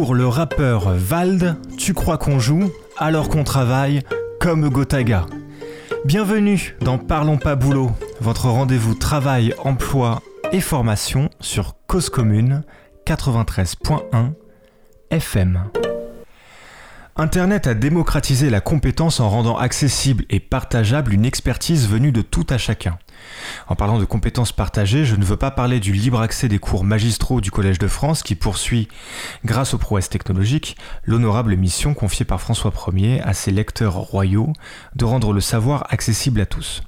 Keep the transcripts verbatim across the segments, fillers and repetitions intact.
Pour le rappeur Vald, tu crois qu'on joue alors qu'on travaille comme Gotaga. Bienvenue dans Parlons pas boulot, votre rendez-vous travail, emploi et formation sur Cause Commune quatre-vingt-treize point un F M. Internet a démocratisé la compétence en rendant accessible et partageable une expertise venue de tout à chacun. En parlant de compétences partagées, je ne veux pas parler du libre accès des cours magistraux du Collège de France qui poursuit, grâce aux prouesses technologiques, l'honorable mission confiée par François Ier à ses lecteurs royaux de rendre le savoir accessible à tous.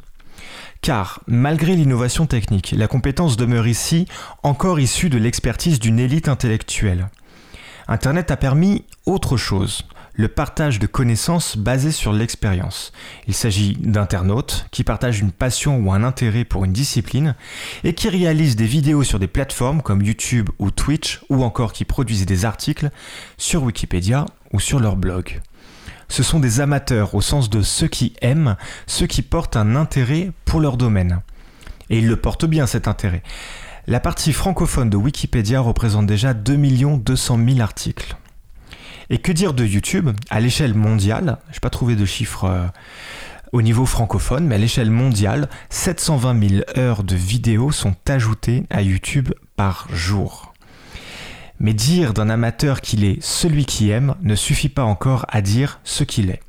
Car, malgré l'innovation technique, la compétence demeure ici encore issue de l'expertise d'une élite intellectuelle. Internet a permis autre chose, le partage de connaissances basées sur l'expérience. Il s'agit d'internautes qui partagent une passion ou un intérêt pour une discipline et qui réalisent des vidéos sur des plateformes comme YouTube ou Twitch ou encore qui produisent des articles sur Wikipédia ou sur leur blog. Ce sont des amateurs au sens de ceux qui aiment, ceux qui portent un intérêt pour leur domaine. Et ils le portent bien cet intérêt. La partie francophone de Wikipédia représente déjà deux millions deux cent mille articles. Et que dire de YouTube à l'échelle mondiale? Je n'ai pas trouvé de chiffres euh, au niveau francophone, mais à l'échelle mondiale, sept cent vingt mille heures de vidéos sont ajoutées à YouTube par jour. Mais dire d'un amateur qu'il est celui qui aime ne suffit pas encore à dire ce qu'il est.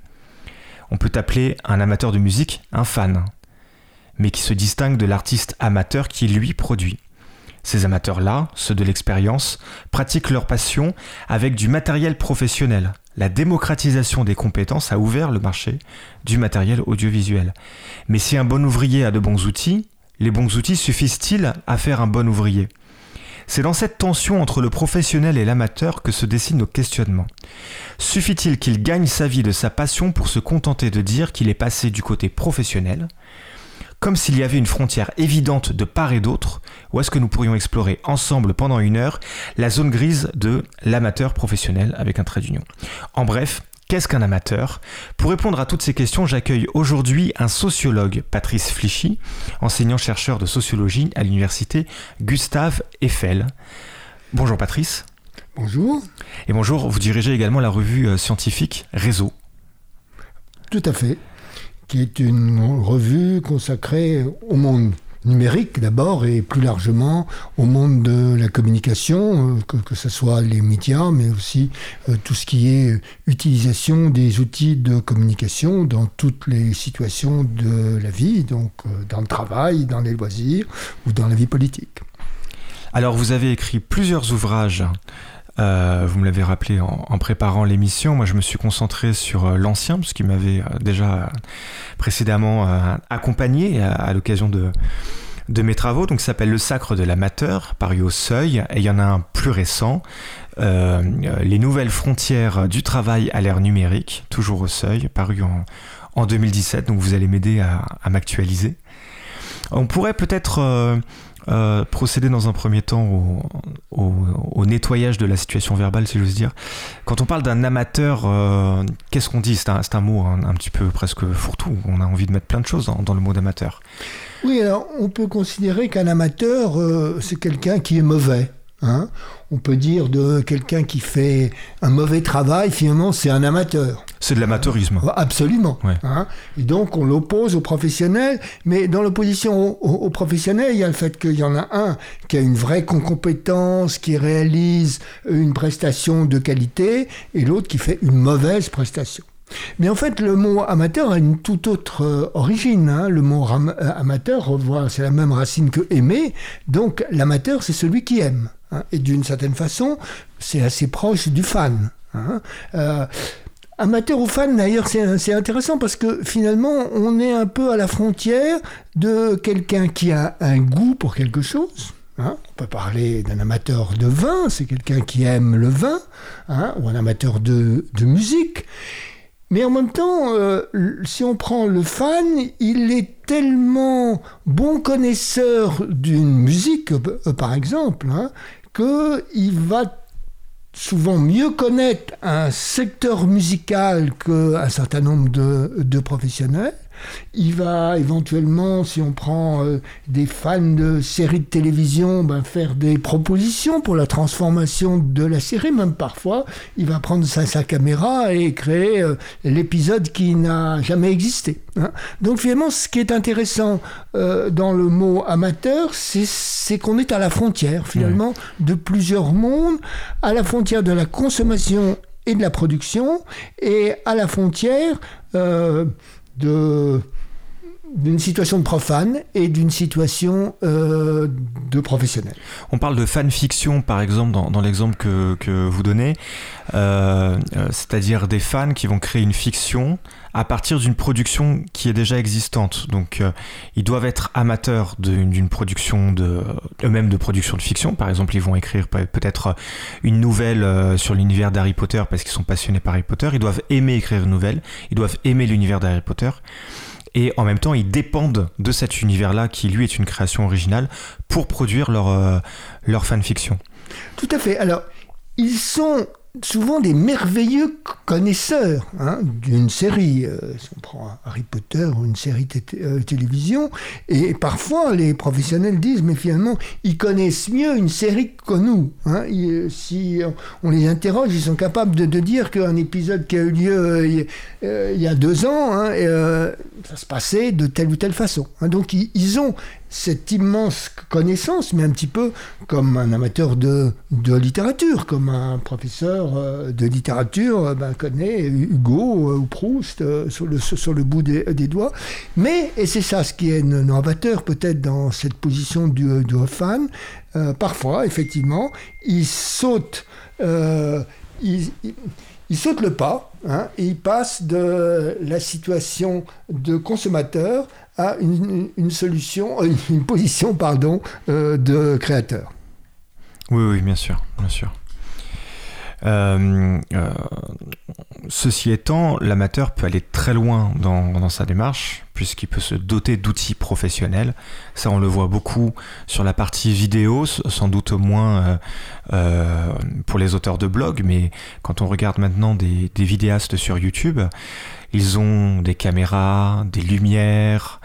On peut appeler un amateur de musique un fan, mais qui se distingue de l'artiste amateur qui lui produit. Ces amateurs-là, ceux de l'expérience, pratiquent leur passion avec du matériel professionnel. La démocratisation des compétences a ouvert le marché du matériel audiovisuel. Mais si un bon ouvrier a de bons outils, les bons outils suffisent-ils à faire un bon ouvrier ? C'est dans cette tension entre le professionnel et l'amateur que se dessinent nos questionnements. Suffit-il qu'il gagne sa vie de sa passion pour se contenter de dire qu'il est passé du côté professionnel ? Comme s'il y avait une frontière évidente de part et d'autre, ou est-ce que nous pourrions explorer ensemble pendant une heure la zone grise de l'amateur professionnel avec un trait d'union. En bref, qu'est-ce qu'un amateur ? Pour répondre à toutes ces questions, j'accueille aujourd'hui un sociologue, Patrice Flichy, enseignant-chercheur de sociologie à l'université Gustave Eiffel. Bonjour Patrice. Bonjour. Et bonjour, vous dirigez également la revue scientifique Réseau. Tout à fait. Qui est une revue consacrée au monde numérique d'abord et plus largement au monde de la communication, que, que ce soit les médias, mais aussi euh, tout ce qui est utilisation des outils de communication dans toutes les situations de la vie, donc euh, dans le travail, dans les loisirs ou dans la vie politique. Alors vous avez écrit plusieurs ouvrages. Euh, vous me l'avez rappelé en, en préparant l'émission, moi je me suis concentré sur euh, l'ancien, parce qu'il m'avait euh, déjà euh, précédemment euh, accompagné à, à l'occasion de, de mes travaux, donc ça s'appelle Le Sacre de l'amateur, paru au Seuil, et il y en a un plus récent, euh, Les nouvelles frontières du travail à l'ère numérique, toujours au Seuil, paru en, en deux mille dix-sept, donc vous allez m'aider à, à m'actualiser. On pourrait peut-être... Euh, Euh, procéder dans un premier temps au, au, au nettoyage de la situation verbale, si j'ose dire. Quand on parle d'un amateur, euh, qu'est-ce qu'on dit ? C'est un, c'est un mot un, un petit peu presque fourre-tout. On a envie de mettre plein de choses dans, dans le mot d'amateur. Oui, alors on peut considérer qu'un amateur, euh, c'est quelqu'un qui est mauvais. Hein ? On peut dire de quelqu'un qui fait un mauvais travail, finalement, c'est un amateur. C'est de l'amateurisme. Absolument. Ouais. Hein ? Et donc, on l'oppose aux professionnels. Mais dans l'opposition aux, aux professionnels, il y a le fait qu'il y en a un qui a une vraie compétence, qui réalise une prestation de qualité, et l'autre qui fait une mauvaise prestation. Mais en fait, le mot amateur a une toute autre euh, origine. Hein. Le mot ram- euh, amateur, revoit, c'est la même racine que aimer. Donc, l'amateur, c'est celui qui aime. Hein. Et d'une certaine façon, c'est assez proche du fan. Hein. Euh, amateur ou fan, d'ailleurs, c'est, c'est intéressant parce que finalement, on est un peu à la frontière de quelqu'un qui a un goût pour quelque chose. Hein, on peut parler d'un amateur de vin, c'est quelqu'un qui aime le vin, hein, ou un amateur de, de musique. Mais en même temps, euh, si on prend le fan, il est tellement bon connaisseur d'une musique, euh, par exemple, hein, qu'il va souvent mieux connaître un secteur musical qu'un certain nombre de, de professionnels. Il va éventuellement, si on prend euh, des fans de séries de télévision, ben, faire des propositions pour la transformation de la série. Même parfois, il va prendre sa, sa caméra et créer euh, l'épisode qui n'a jamais existé. Hein. Donc finalement, ce qui est intéressant euh, dans le mot amateur, c'est, c'est qu'on est à la frontière, finalement, mmh. de plusieurs mondes, à la frontière de la consommation et de la production, et à la frontière euh, de, d'une situation de profane et d'une situation euh, de professionnel. On parle de fanfiction, par exemple, dans, dans l'exemple que, que vous donnez, euh, euh, c'est-à-dire des fans qui vont créer une fiction à partir d'une production qui est déjà existante. Donc, euh, ils doivent être amateurs d'une, d'une production, de, eux-mêmes de production de fiction. Par exemple, ils vont écrire peut-être une nouvelle euh, sur l'univers d'Harry Potter parce qu'ils sont passionnés par Harry Potter. Ils doivent aimer écrire une nouvelle. Ils doivent aimer l'univers d'Harry Potter. Et en même temps, ils dépendent de cet univers-là qui, lui, est une création originale pour produire leur, euh, leur fanfiction. Tout à fait. Alors, ils sont souvent des merveilleux connaisseurs hein, d'une série. Euh, si on prend Harry Potter ou une série de t- euh, télévision, et parfois les professionnels disent, mais finalement, ils connaissent mieux une série que nous. Hein. Ils, si on les interroge, ils sont capables de, de dire qu'un épisode qui a eu lieu euh, euh, il y a deux ans, hein, euh, ça se passait de telle ou telle façon. Hein. Donc, ils, ils ont cette immense connaissance, mais un petit peu comme un amateur de, de littérature, comme un professeur de littérature ben, connaît Hugo ou Proust euh, sur, le, sur le bout des, des doigts. Mais, et c'est ça ce qui est novateur peut-être dans cette position du, du fan, euh, parfois, effectivement, il saute, euh, il, il, il saute le pas, hein, et il passe de la situation de consommateur à une, une solution, une, une position pardon, euh, de créateur. Oui, oui, bien sûr, bien sûr. Euh, euh, ceci étant, l'amateur peut aller très loin dans, dans sa démarche, puisqu'il peut se doter d'outils professionnels. Ça, on le voit beaucoup sur la partie vidéo, sans doute moins euh, euh, pour les auteurs de blogs, mais quand on regarde maintenant des, des vidéastes sur YouTube, ils ont des caméras, des lumières,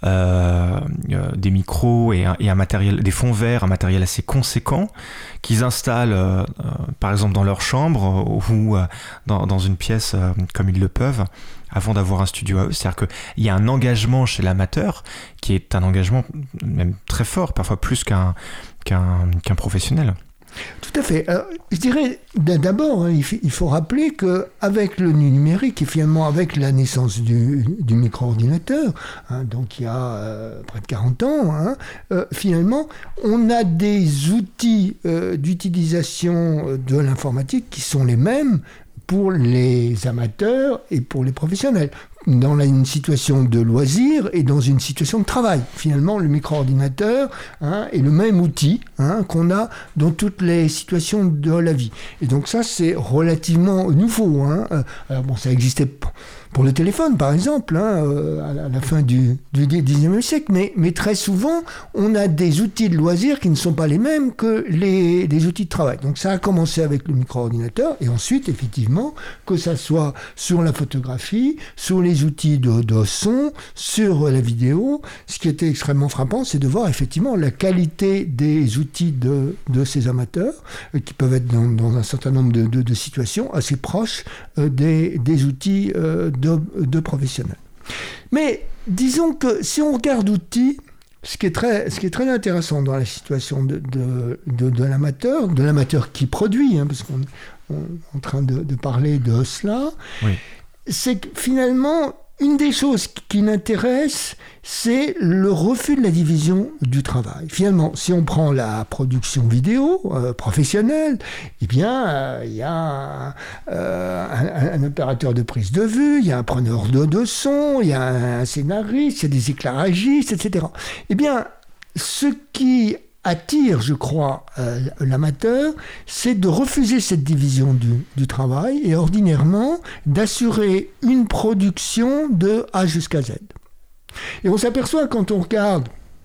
euh, euh, des micros et un, et un matériel, des fonds verts, un matériel assez conséquent qu'ils installent, euh, euh, par exemple dans leur chambre ou euh, dans, dans une pièce euh, comme ils le peuvent, avant d'avoir un studio à eux. C'est-à-dire qu'il y a un engagement chez l'amateur qui est un engagement même très fort, parfois plus qu'un, qu'un, qu'un professionnel. Tout à fait. Alors, je dirais d'abord, hein, il, f- il faut rappeler qu'avec le numérique et finalement avec la naissance du, du micro-ordinateur, hein, donc il y a euh, près de quarante ans, hein, euh, finalement, on a des outils euh, d'utilisation de l'informatique qui sont les mêmes pour les amateurs et pour les professionnels, dans une situation de loisir et dans une situation de travail. Finalement, le micro-ordinateur hein, est le même outil hein, qu'on a dans toutes les situations de la vie. Et donc ça, c'est relativement nouveau. Hein. Alors bon, ça existait pour le téléphone, par exemple, hein, à la fin du, du dix-neuvième siècle, mais, mais très souvent, on a des outils de loisirs qui ne sont pas les mêmes que les, les outils de travail. Donc ça a commencé avec le micro-ordinateur, et ensuite, effectivement, que ça soit sur la photographie, sur les outils de, de son, sur la vidéo. Ce qui était extrêmement frappant, c'est de voir effectivement la qualité des outils de, de ces amateurs, euh, qui peuvent être dans, dans un certain nombre de, de, de situations assez proches euh, des, des outils euh, de, de professionnels. Mais disons que si on regarde outils, ce qui est très, ce qui est très intéressant dans la situation de, de, de, de l'amateur, de l'amateur qui produit, hein, parce qu'on on est en train de, de parler de cela, oui. C'est que finalement, une des choses qui l'intéresse, c'est le refus de la division du travail. Finalement, si on prend la production vidéo euh, professionnelle, eh bien, il euh, y a un, euh, un, un opérateur de prise de vue, il y a un preneur de, de son, il y a un, un scénariste, il y a des éclairagistes, et cetera. Eh bien, ce qui attire, je crois, euh, l'amateur, c'est de refuser cette division du, du travail et ordinairement d'assurer une production de A jusqu'à Z. Et on s'aperçoit quand on regarde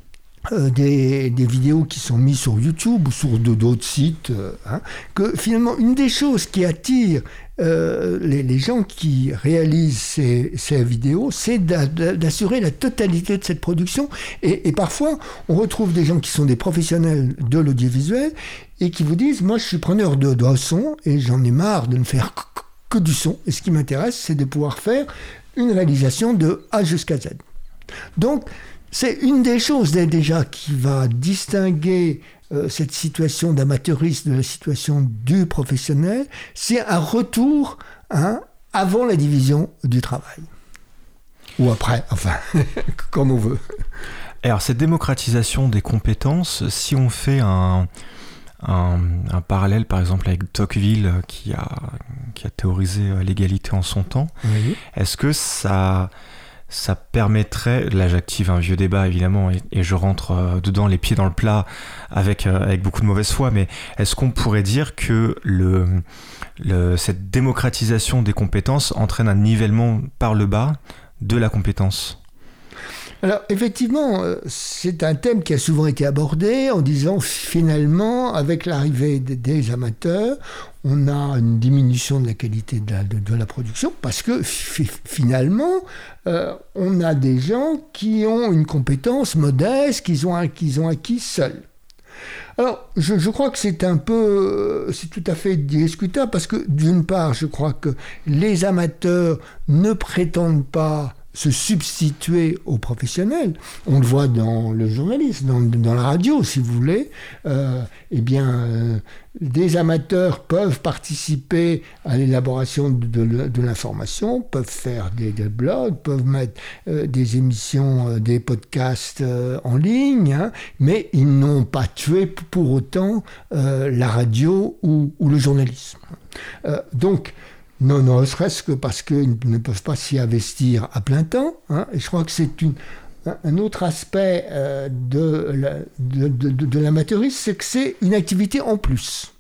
euh, des, des vidéos qui sont mises sur YouTube ou sur de, d'autres sites, euh, hein, que finalement, une des choses qui attire euh, les, les gens qui réalisent ces, ces vidéos, c'est d'a, d'assurer la totalité de cette production. Et, et parfois, on retrouve des gens qui sont des professionnels de l'audiovisuel et qui vous disent, moi, je suis preneur de, de son et j'en ai marre de ne faire que, que du son. Et ce qui m'intéresse, c'est de pouvoir faire une réalisation de A jusqu'à Z. Donc, c'est une des choses déjà qui va distinguer euh, cette situation d'amateurisme de la situation du professionnel, c'est un retour hein, avant la division du travail. Ou après, enfin, comme on veut. Alors, cette démocratisation des compétences, si on fait un, un, un parallèle, par exemple, avec Tocqueville, qui a, qui a théorisé l'égalité en son temps, oui. Est-ce que ça... ça permettrait, là j'active un vieux débat évidemment et, et je rentre euh, dedans les pieds dans le plat avec, euh, avec beaucoup de mauvaise foi, mais est-ce qu'on pourrait dire que le, le, cette démocratisation des compétences entraîne un nivellement par le bas de la compétence ? Alors effectivement, c'est un thème qui a souvent été abordé en disant finalement, avec l'arrivée des amateurs, on a une diminution de la qualité de la, de, de la production parce que f- finalement, euh, on a des gens qui ont une compétence modeste qu'ils ont, qu'ils ont acquis seuls. Alors, je, je crois que c'est un peu, c'est tout à fait discutable parce que d'une part, je crois que les amateurs ne prétendent pas se substituer aux professionnels. On le voit dans le journalisme, dans, dans la radio, si vous voulez. Euh, eh bien, euh, des amateurs peuvent participer à l'élaboration de, de, de l'information, peuvent faire des, des blogs, peuvent mettre euh, des émissions, euh, des podcasts euh, en ligne, hein, mais ils n'ont pas tué pour autant euh, la radio ou, ou le journalisme. Euh, donc, Non, non, serait-ce que parce qu'ils ne peuvent pas s'y investir à plein temps. Hein, et je crois que c'est une, un autre aspect euh, de, la, de, de, de, de l'amateurisme, c'est que c'est une activité en plus.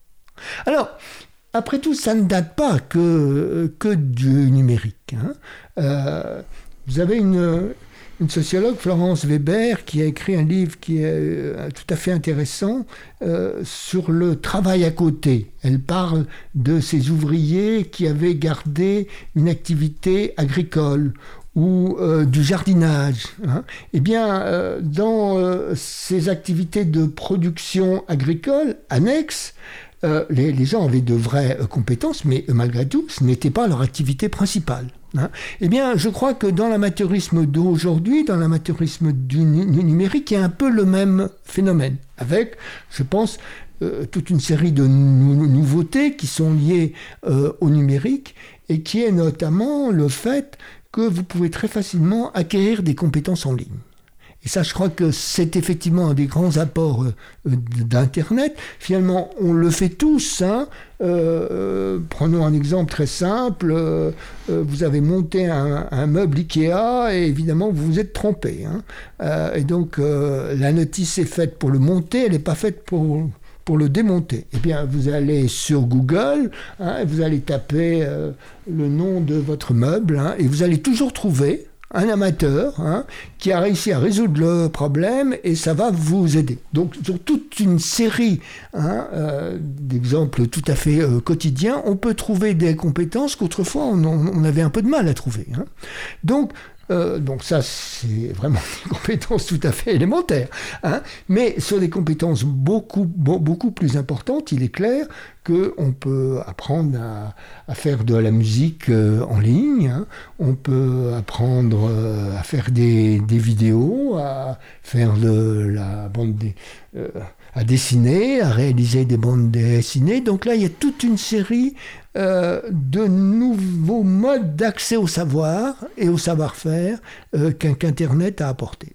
Alors, après tout, ça ne date pas que, que du numérique. Hein. Euh, vous avez une... Une sociologue, Florence Weber, qui a écrit un livre qui est euh, tout à fait intéressant euh, sur le travail à côté. Elle parle de ces ouvriers qui avaient gardé une activité agricole ou euh, du jardinage. Hein. Eh bien, euh, dans euh, ces activités de production agricole annexes, euh, les, les gens avaient de vraies euh, compétences, mais euh, malgré tout, ce n'était pas leur activité principale. Hein. Eh bien, je crois que dans l'amateurisme d'aujourd'hui, dans l'amateurisme du numérique, il y a un peu le même phénomène, avec, je pense, euh, toute une série de nou- nouveautés qui sont liées euh, au numérique, et qui est notamment le fait que vous pouvez très facilement acquérir des compétences en ligne. Et ça, je crois que c'est effectivement un des grands apports euh, d'Internet. Finalement, on le fait tous. Hein. Euh, euh, prenons un exemple très simple. Euh, euh, vous avez monté un, un meuble Ikea et évidemment, vous vous êtes trompé. Hein. Euh, et donc, euh, la notice est faite pour le monter, elle n'est pas faite pour... pour le démonter. Eh bien, vous allez sur Google, hein, vous allez taper euh, le nom de votre meuble, hein, et vous allez toujours trouver un amateur hein, qui a réussi à résoudre le problème et ça va vous aider. Donc, sur toute une série hein, euh, d'exemples tout à fait euh, quotidiens, on peut trouver des compétences qu'autrefois on, on avait un peu de mal à trouver. Hein. Donc, Euh, donc ça, c'est vraiment des compétences tout à fait élémentaires. Hein. Mais sur des compétences beaucoup, bo- beaucoup plus importantes, il est clair qu'on peut apprendre à, à faire de la musique euh, en ligne, hein. On peut apprendre euh, à faire des, des vidéos, à faire de la bande des... Euh, à dessiner, à réaliser des bandes dessinées. Donc là, il y a toute une série euh, de nouveaux modes d'accès au savoir et au savoir-faire euh, qu'un, qu'Internet a apporté.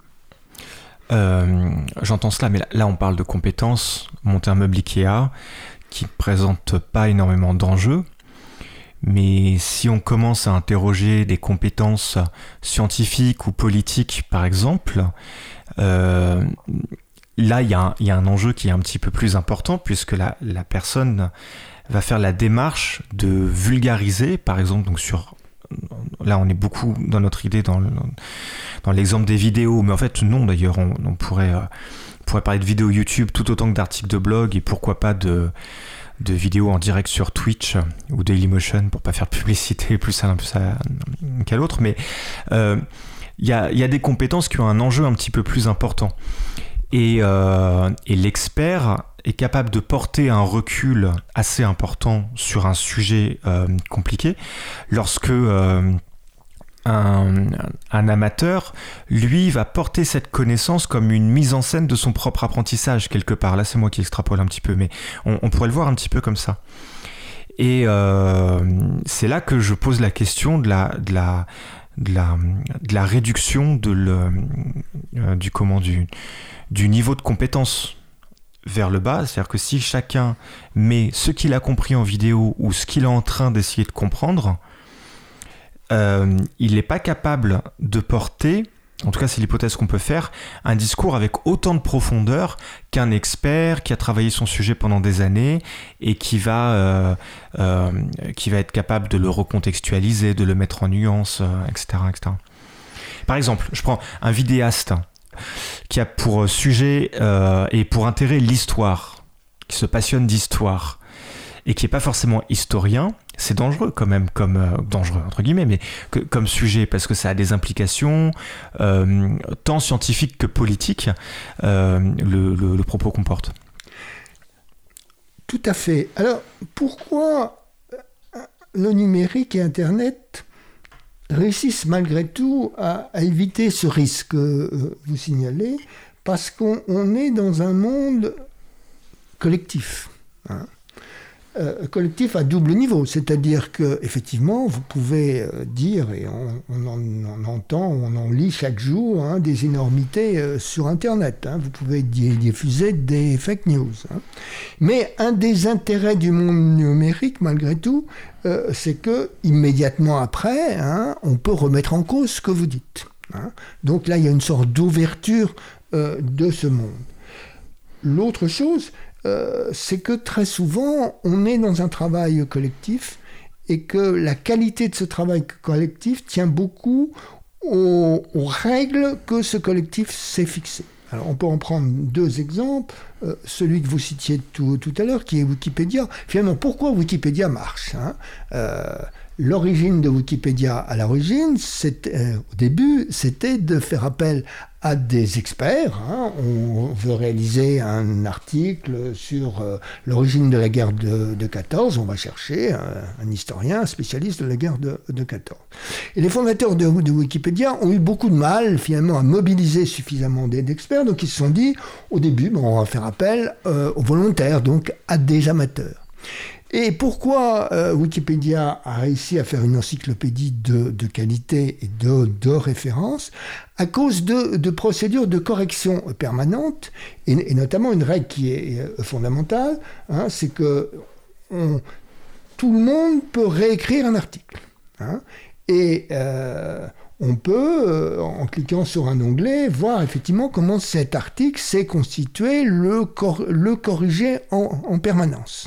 Euh, j'entends cela, mais là, là, on parle de compétences, monter un meuble Ikea, qui ne présente pas énormément d'enjeux. Mais si on commence à interroger des compétences scientifiques ou politiques, par exemple, euh, là, il y, y a un enjeu qui est un petit peu plus important puisque la, la personne va faire la démarche de vulgariser, par exemple donc sur là on est beaucoup dans notre idée dans, le, dans l'exemple des vidéos, mais en fait non d'ailleurs, on, on pourrait, euh, on pourrait parler de vidéos YouTube tout autant que d'articles de blog, et pourquoi pas de, de vidéos en direct sur Twitch ou Dailymotion, pour pas faire de publicité plus à l'un plus à, qu'à l'autre, mais il euh, y, a, y a des compétences qui ont un enjeu un petit peu plus important. Et, euh, et l'expert est capable de porter un recul assez important sur un sujet euh, compliqué, lorsque euh, un, un amateur, lui, va porter cette connaissance comme une mise en scène de son propre apprentissage, quelque part. Là, c'est moi qui extrapole un petit peu, mais on, on pourrait le voir un petit peu comme ça. Et euh, c'est là que je pose la question de la... De la De la, de la réduction de le, euh, du, comment, du, du niveau de compétence vers le bas. C'est-à-dire que si chacun met ce qu'il a compris en vidéo ou ce qu'il est en train d'essayer de comprendre, euh, il n'est pas capable de porter, en tout cas c'est l'hypothèse qu'on peut faire, un discours avec autant de profondeur qu'un expert qui a travaillé son sujet pendant des années et qui va, euh, euh, qui va être capable de le recontextualiser, de le mettre en nuance, euh, et cetera, et cetera. Par exemple, je prends un vidéaste qui a pour sujet euh, et pour intérêt l'histoire, qui se passionne d'histoire et qui n'est pas forcément historien. C'est dangereux quand même, comme euh, dangereux entre guillemets, mais que, comme sujet, parce que ça a des implications euh, tant scientifiques que politiques, euh, le, le, le propos qu'on porte. Tout à fait. Alors, pourquoi le numérique et Internet réussissent malgré tout à, à éviter ce risque que euh, vous signalez? Parce qu'on on est dans un monde collectif, hein. Euh, collectif à double niveau, c'est-à-dire que effectivement vous pouvez euh, dire, et on, on, en, on entend, on en lit chaque jour, hein, des énormités euh, sur Internet, hein. Vous pouvez di- diffuser des fake news, hein. Mais un des intérêts du monde numérique, malgré tout, euh, c'est que immédiatement après, hein, on peut remettre en cause ce que vous dites, hein. Donc là, il y a une sorte d'ouverture euh, de ce monde. L'autre chose, Euh, c'est que très souvent, on est dans un travail collectif et que la qualité de ce travail collectif tient beaucoup aux, aux règles que ce collectif s'est fixées. Alors, on peut en prendre deux exemples. Euh, celui que vous citiez tout, tout à l'heure, qui est Wikipédia. Finalement, pourquoi Wikipédia marche, hein? euh, L'origine de Wikipédia, à l'origine, c'était, euh, au début, c'était de faire appel à des experts, hein. On veut réaliser un article sur euh, l'origine de la guerre de, de quatorze, on va chercher un, un historien, un spécialiste de la guerre de, de quatorze. Et les fondateurs de, de Wikipédia ont eu beaucoup de mal, finalement, à mobiliser suffisamment d'experts, donc ils se sont dit, au début, bon, on va faire appel euh, aux volontaires, donc à des amateurs. Et pourquoi euh, Wikipédia a réussi à faire une encyclopédie de, de qualité et de, de référence? À cause de, de procédures de correction permanentes, et, et notamment une règle qui est fondamentale, hein, c'est que on, tout le monde peut réécrire un article, hein, et euh, on peut, euh, en cliquant sur un onglet, voir effectivement comment cet article s'est constitué, le, cor- le corriger en, en permanence.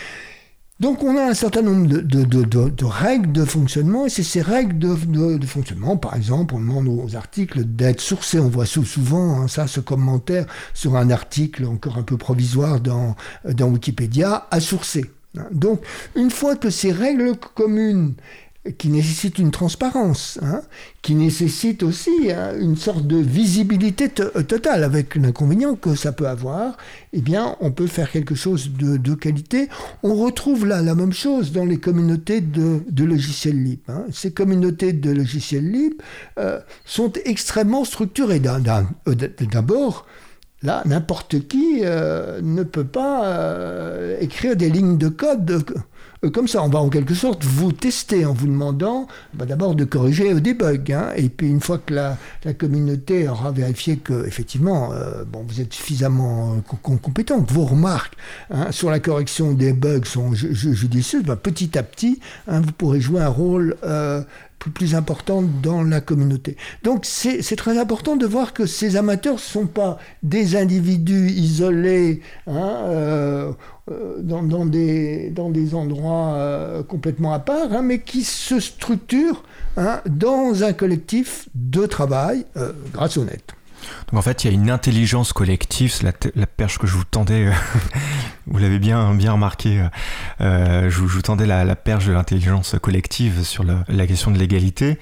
Donc on a un certain nombre de, de, de, de, de règles de fonctionnement, et c'est ces règles de, de, de fonctionnement, par exemple, on demande aux articles d'être sourcés. On voit souvent hein, ça, ce commentaire sur un article encore un peu provisoire dans, dans Wikipédia, à sourcer. Donc une fois que ces règles communes qui nécessite une transparence, hein, qui nécessite aussi hein, une sorte de visibilité t- totale, avec l'inconvénient que ça peut avoir, eh bien, on peut faire quelque chose de, de qualité. On retrouve là la même chose dans les communautés de, de logiciels libres, hein. Ces communautés de logiciels libres euh, sont extrêmement structurées. D'un, d'un, euh, d'abord, là, n'importe qui euh, ne peut pas euh, écrire des lignes de code de, euh, comme ça. On va en quelque sorte vous tester en vous demandant bah, d'abord de corriger des bugs. Hein, et puis une fois que la, la communauté aura vérifié que effectivement, euh, bon, vous êtes suffisamment euh, compétent, que vos remarques hein, sur la correction des bugs sont ju- ju- judicieuses, bah, petit à petit, hein, vous pourrez jouer un rôle euh, plus, plus important dans la communauté. Donc c'est, c'est très important de voir que ces amateurs ne sont pas des individus isolés, hein, euh, euh, dans, dans, des, dans des endroits euh, complètement à part, hein, mais qui se structurent hein, dans un collectif de travail euh, grâce au net. Donc en fait, il y a une intelligence collective, c'est la, te- la perche que je vous tendais, euh, vous l'avez bien, bien remarqué, euh, je, vous, je vous tendais la, la perche de l'intelligence collective sur le, la question de l'égalité.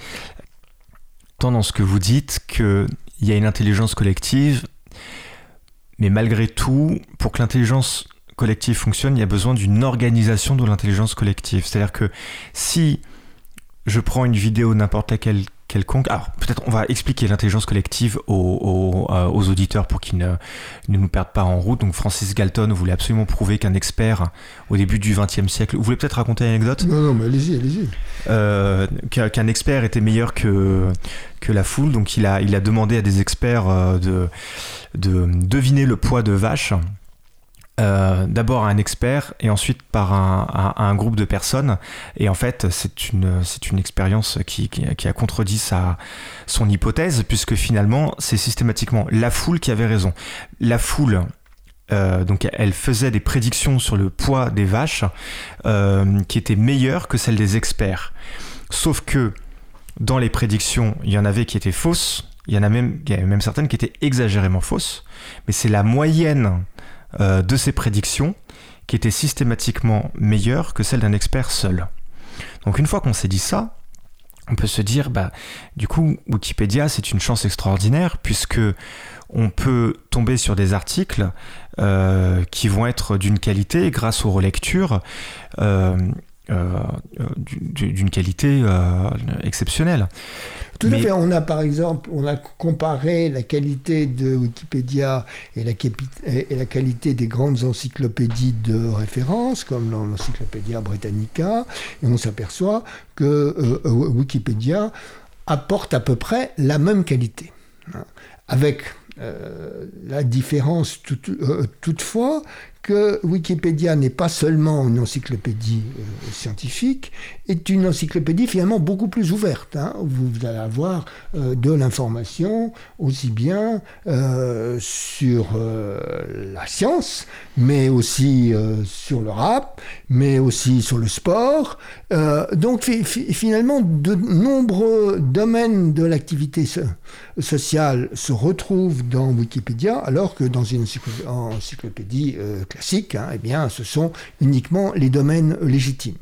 Tant dans ce que vous dites qu'il y a une intelligence collective, mais malgré tout, pour que l'intelligence collective fonctionne, il y a besoin d'une organisation de l'intelligence collective. C'est-à-dire que si je prends une vidéo n'importe laquelle quelconque, alors peut-être on va expliquer l'intelligence collective aux, aux, euh, aux auditeurs pour qu'ils ne, ne nous perdent pas en route. Donc Francis Galton voulait absolument prouver qu'un expert au début du vingtième siècle, vous voulez peut-être raconter une anecdote ? Non, non, mais allez-y, allez-y. Euh, qu'un, qu'un expert était meilleur que, que la foule, donc il a, il a demandé à des experts euh, de, de deviner le poids de vaches. Euh, d'abord à un expert et ensuite par un, à, à un groupe de personnes, et en fait c'est une, c'est une expérience qui, qui, qui a contredit sa, son hypothèse, puisque finalement c'est systématiquement la foule qui avait raison. La foule euh, donc elle faisait des prédictions sur le poids des vaches euh, qui étaient meilleures que celles des experts, sauf que dans les prédictions il y en avait qui étaient fausses, il y en a même, il y avait même certaines qui étaient exagérément fausses, mais c'est la moyenne Euh, de ces prédictions qui étaient systématiquement meilleures que celles d'un expert seul. Donc une fois qu'on s'est dit ça, on peut se dire, bah, du coup, Wikipédia, c'est une chance extraordinaire, puisque on peut tomber sur des articles euh, qui vont être d'une qualité, grâce aux relectures, euh, euh, d'une qualité euh, exceptionnelle. Tout Mais... à fait. On a par exemple, on a comparé la qualité de Wikipédia et la, capi- et la qualité des grandes encyclopédies de référence, comme l'Encyclopédia Britannica, et on s'aperçoit que euh, Wikipédia apporte à peu près la même qualité, hein, avec euh, la différence tout, euh, toutefois que Wikipédia n'est pas seulement une encyclopédie euh, scientifique, est une encyclopédie finalement beaucoup plus ouverte. Hein. Vous, vous allez avoir euh, de l'information aussi bien euh, sur euh, la science, mais aussi euh, sur le rap, mais aussi sur le sport. Euh, donc fi- fi- finalement, de nombreux domaines de l'activité so- sociale se retrouvent dans Wikipédia, alors que dans une encyclopédie, encyclopédie euh, classique, hein, eh bien, ce sont uniquement les domaines légitimes.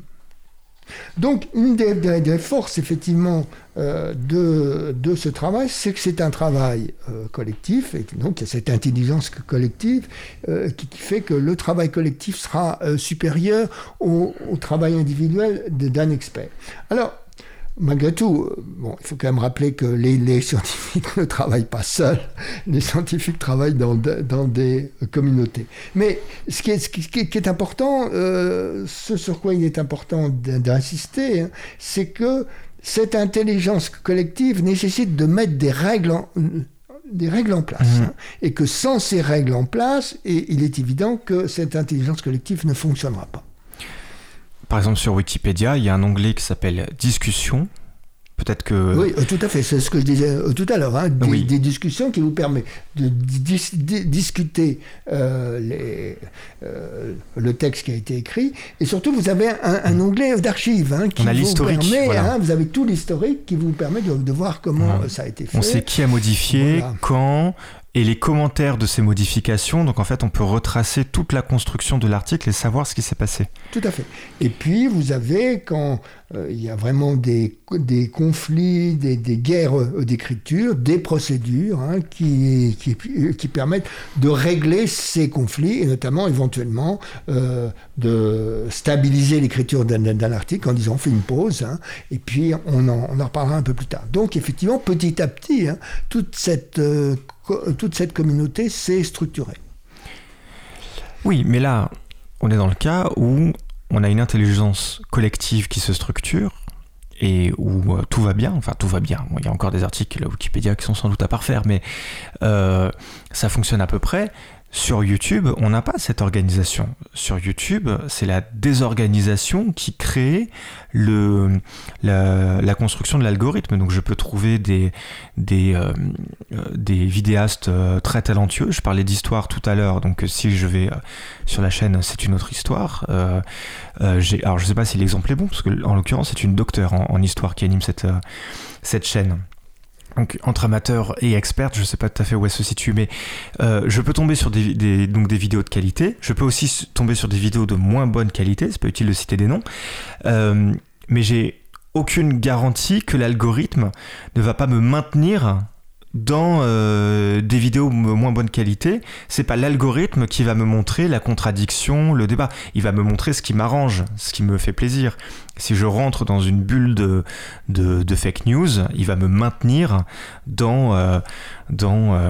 Donc, une des, des, des forces, effectivement, euh, de, de ce travail, c'est que c'est un travail euh, collectif, et donc il y a cette intelligence collective euh, qui, qui fait que le travail collectif sera euh, supérieur au, au travail individuel de, d'un expert. Alors, malgré tout, bon, il faut quand même rappeler que les, les scientifiques ne travaillent pas seuls, les scientifiques travaillent dans, de, dans des communautés. Mais ce qui est, ce qui, ce qui est important, euh, ce sur quoi il est important d'insister, hein, c'est que cette intelligence collective nécessite de mettre des règles en, des règles en place. Mmh. Hein, et que sans ces règles en place, et il est évident que cette intelligence collective ne fonctionnera pas. Par exemple, sur Wikipédia, il y a un onglet qui s'appelle « Discussion ». Peut-être que... Oui, euh, tout à fait. C'est ce que je disais euh, tout à l'heure. Hein, des, oui. des discussions qui vous permettent de dis- dis- discuter euh, les, euh, le texte qui a été écrit. Et surtout, vous avez un, un onglet d'archives hein, qui On a vous l'historique, permet... voilà. Hein, vous avez tout l'historique qui vous permet de, de voir comment ouais. ça a été fait. On sait qui a modifié, voilà. quand... et les commentaires de ces modifications. Donc en fait, on peut retracer toute la construction de l'article et savoir ce qui s'est passé. Tout à fait. Et puis, vous avez, quand euh, il y a vraiment des, des conflits, des, des guerres euh, d'écriture, des procédures hein, qui, qui, qui permettent de régler ces conflits et notamment, éventuellement, euh, de stabiliser l'écriture d'un, d'un article en disant on fait une pause hein, et puis on en, on en reparlera un peu plus tard. Donc, effectivement, petit à petit, hein, toute cette... Euh, toute cette communauté s'est structurée. Oui, mais là, on est dans le cas où on a une intelligence collective qui se structure et où euh, tout va bien, enfin tout va bien. Bon, il y a encore des articles Wikipédia qui sont sans doute à parfaire, mais euh, ça fonctionne à peu près. Sur YouTube, on n'a pas cette organisation. Sur YouTube, c'est la désorganisation qui crée le, la, la construction de l'algorithme. Donc je peux trouver des, des, euh, des vidéastes euh, très talentueux. Je parlais d'histoire tout à l'heure, donc si je vais euh, sur la chaîne C'est une autre histoire. Euh, euh, j'ai, alors je ne sais pas si l'exemple est bon, parce que en l'occurrence c'est une docteure en, en histoire qui anime cette, euh, cette chaîne. Donc entre amateurs et experts, je ne sais pas tout à fait où elle se situe, mais euh, je peux tomber sur des, des, donc des vidéos de qualité, je peux aussi tomber sur des vidéos de moins bonne qualité, c'est pas utile de citer des noms, euh, mais j'ai aucune garantie que l'algorithme ne va pas me maintenir dans euh, des vidéos de moins bonne qualité. C'est pas l'algorithme qui va me montrer la contradiction, le débat, il va me montrer ce qui m'arrange, ce qui me fait plaisir. Si je rentre dans une bulle de, de, de fake news, il va me maintenir dans, euh, dans euh,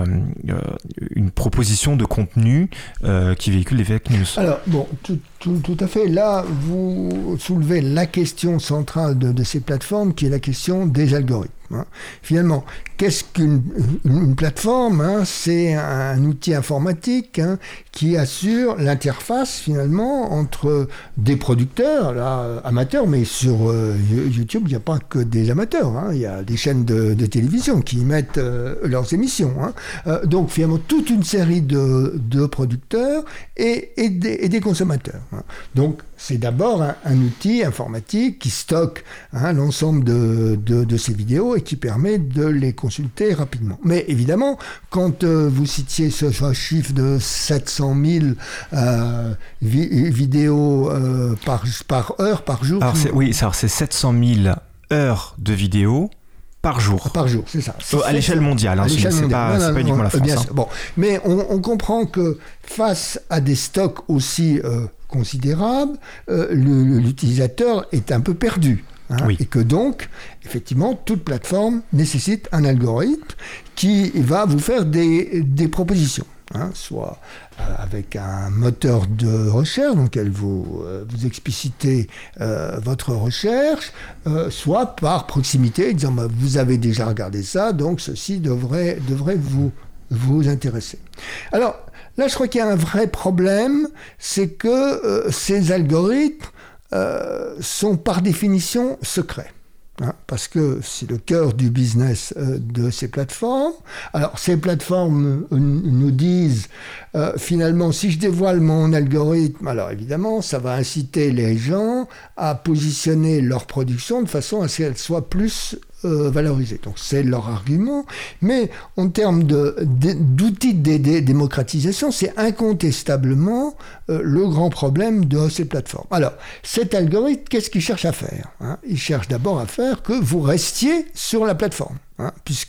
une proposition de contenu euh, qui véhicule des fake news. Alors, bon, tout, tout, tout à fait. Là, vous soulevez la question centrale de, de ces plateformes, qui est la question des algorithmes. Hein. Finalement, qu'est-ce qu'une une, une plateforme hein? C'est un outil informatique hein, qui assure l'interface, finalement, entre des producteurs, là, amateurs, mais sur euh, YouTube, il n'y a pas que des amateurs. Hein. Il y a des chaînes de, de télévision qui mettent euh, leurs émissions. Hein. Euh, donc, finalement, toute une série de, de producteurs et, et, des, et des consommateurs. Hein. Donc, c'est d'abord un, un outil informatique qui stocke hein, l'ensemble de, de, de ces vidéos et qui permet de les consulter rapidement. Mais évidemment, quand euh, vous citiez ce, ce chiffre de sept cent mille euh, vi- vidéos euh, par, par heure, par jour... Alors c'est, oui, alors c'est sept cent mille heures de vidéos par jour. Par jour, c'est ça. C'est à l'échelle mondiale, hein, à l'échelle c'est mondiale. pas, non, c'est non, pas non, uniquement la France. Bien hein. sûr. Bon. Mais on, on comprend que face à des stocks aussi euh, considérables, euh, le, l'utilisateur est un peu perdu. Hein, oui. Et que donc, effectivement, toute plateforme nécessite un algorithme qui va vous faire des, des propositions. Hein, soit euh, avec un moteur de recherche dans lequel vous, euh, vous explicitez euh, votre recherche, euh, soit par proximité, disant bah, vous avez déjà regardé ça, donc ceci devrait, devrait vous, vous intéresser. Alors là, je crois qu'il y a un vrai problème, c'est que euh, ces algorithmes euh, sont par définition secrets. Hein, parce que c'est le cœur du business euh, de ces plateformes. Alors, ces plateformes euh, nous disent, euh, finalement, si je dévoile mon algorithme, alors évidemment, ça va inciter les gens à positionner leur production de façon à ce qu'elle soit plus euh, valorisée. Donc, c'est leur argument. Mais en termes de, de, d'outils de, de, de démocratisation, c'est incontestablement euh, le grand problème de ces plateformes. Alors, cet algorithme, qu'est-ce qu'il cherche à faire hein? Il cherche d'abord à faire que vous restiez sur la plateforme. Hein, puisque,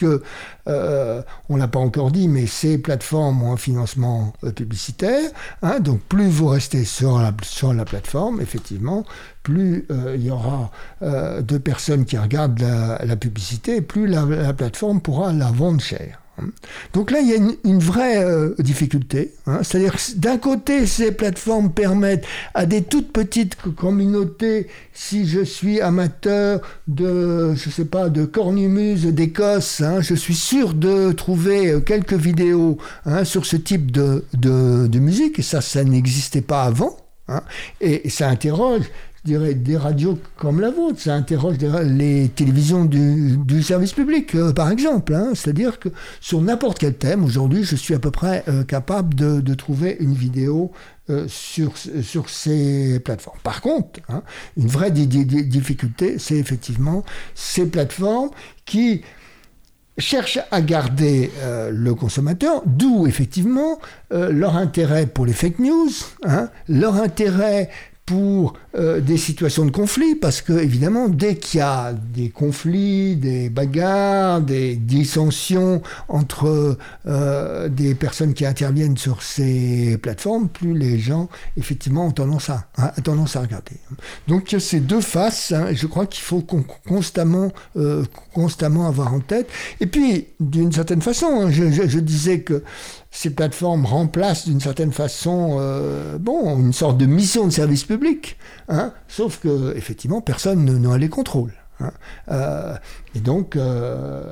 euh, on ne l'a pas encore dit, mais ces plateformes ont un financement euh, publicitaire. Hein, donc, plus vous restez sur la, sur la plateforme, effectivement, plus euh, il y aura euh, de personnes qui regardent la, la publicité, plus la, la plateforme pourra la vendre cher. Donc là, il y a une, une vraie euh, difficulté. Hein. C'est-à-dire que d'un côté, ces plateformes permettent à des toutes petites communautés, si je suis amateur de, je sais pas, de cornemuse d'Écosse, hein, je suis sûr de trouver quelques vidéos hein, sur ce type de, de, de musique, et ça, ça n'existait pas avant. Hein. Et, et ça interroge, je dirais, des radios comme la vôtre, ça interroge les télévisions du, du service public, euh, par exemple. Hein. C'est-à-dire que sur n'importe quel thème, aujourd'hui, je suis à peu près euh, capable de, de trouver une vidéo euh, sur, sur ces plateformes. Par contre, hein, une vraie di- di- difficulté, c'est effectivement ces plateformes qui cherchent à garder euh, le consommateur, d'où effectivement euh, leur intérêt pour les fake news, hein, leur intérêt pour euh, des situations de conflit, parce que évidemment, dès qu'il y a des conflits, des bagarres, des dissensions entre euh, des personnes qui interviennent sur ces plateformes, plus les gens effectivement ont tendance à, à, tendance à regarder. Donc il y a ces deux faces, hein, et je crois qu'il faut con- constamment, euh, constamment avoir en tête. Et puis, d'une certaine façon, hein, je, je, je disais que ces plateformes remplacent d'une certaine façon euh, bon, une sorte de mission de service public, hein, sauf que effectivement personne n'en a les contrôles. Hein. Euh, et donc, euh,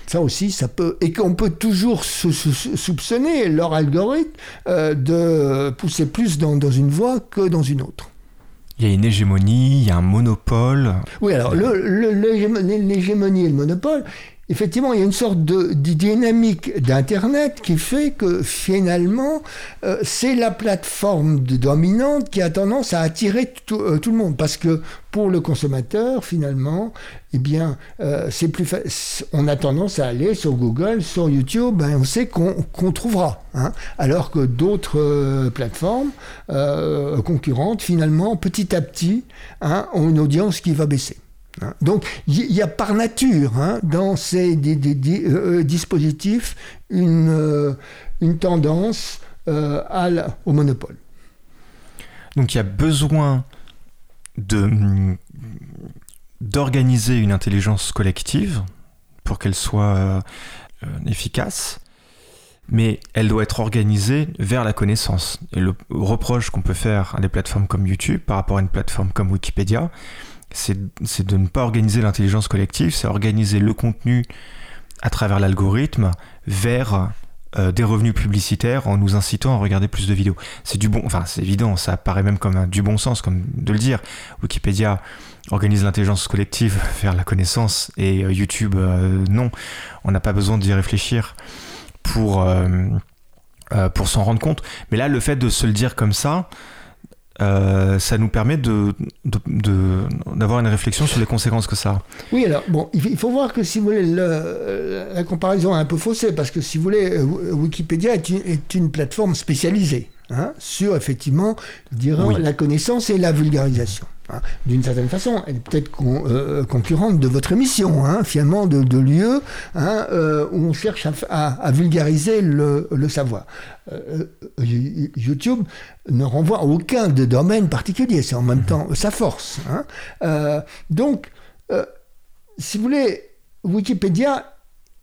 ça aussi, ça peut... Et qu'on peut toujours sou- sou- soupçonner leur algorithme euh, de pousser plus dans, dans une voie que dans une autre. Il y a une hégémonie, il y a un monopole. Oui, alors le, le, l'hégémonie, l'hégémonie et le monopole, effectivement, il y a une sorte de, de dynamique d'Internet qui fait que finalement, euh, c'est la plateforme de, dominante qui a tendance à attirer tout, euh, tout le monde. Parce que pour le consommateur, finalement, eh bien, euh, c'est plus fa- on a tendance à aller sur Google, sur YouTube, ben, on sait qu'on, qu'on trouvera. Hein, alors que d'autres euh, plateformes euh, concurrentes, finalement, petit à petit, hein, ont une audience qui va baisser. Hein. Donc, il y a par nature, hein, dans ces des, des, des, euh, dispositifs, une, euh, une tendance euh, à la, au monopole. Donc, il y a besoin de, d'organiser une intelligence collective pour qu'elle soit euh, efficace, mais elle doit être organisée vers la connaissance. Et le reproche qu'on peut faire à des plateformes comme YouTube par rapport à une plateforme comme Wikipédia, c'est, c'est de ne pas organiser l'intelligence collective, c'est organiser le contenu à travers l'algorithme vers euh, des revenus publicitaires en nous incitant à regarder plus de vidéos. C'est du bon, enfin c'est évident, ça paraît même comme un, du bon sens, comme de le dire. Wikipédia organise l'intelligence collective vers la connaissance et euh, YouTube, euh, non. On n'a pas besoin d'y réfléchir pour, euh, euh, pour s'en rendre compte. Mais là, le fait de se le dire comme ça, Euh, ça nous permet de, de, de, d'avoir une réflexion sur les conséquences que ça a. Oui, alors, bon, il faut voir que, si vous voulez, le, la comparaison est un peu faussée, parce que, si vous voulez, Wikipédia est une, est une plateforme spécialisée, hein, sur, effectivement, je dirais, oui. la connaissance et la vulgarisation. Hein. D'une certaine façon, elle est peut-être con, euh, concurrente de votre émission, hein, finalement, de, de l'U E, hein, euh, où on cherche à, à, à vulgariser le, le savoir. Euh, YouTube ne renvoie à aucun de domaine particulier, c'est en même temps sa force. Hein. Euh, donc, euh, si vous voulez, Wikipédia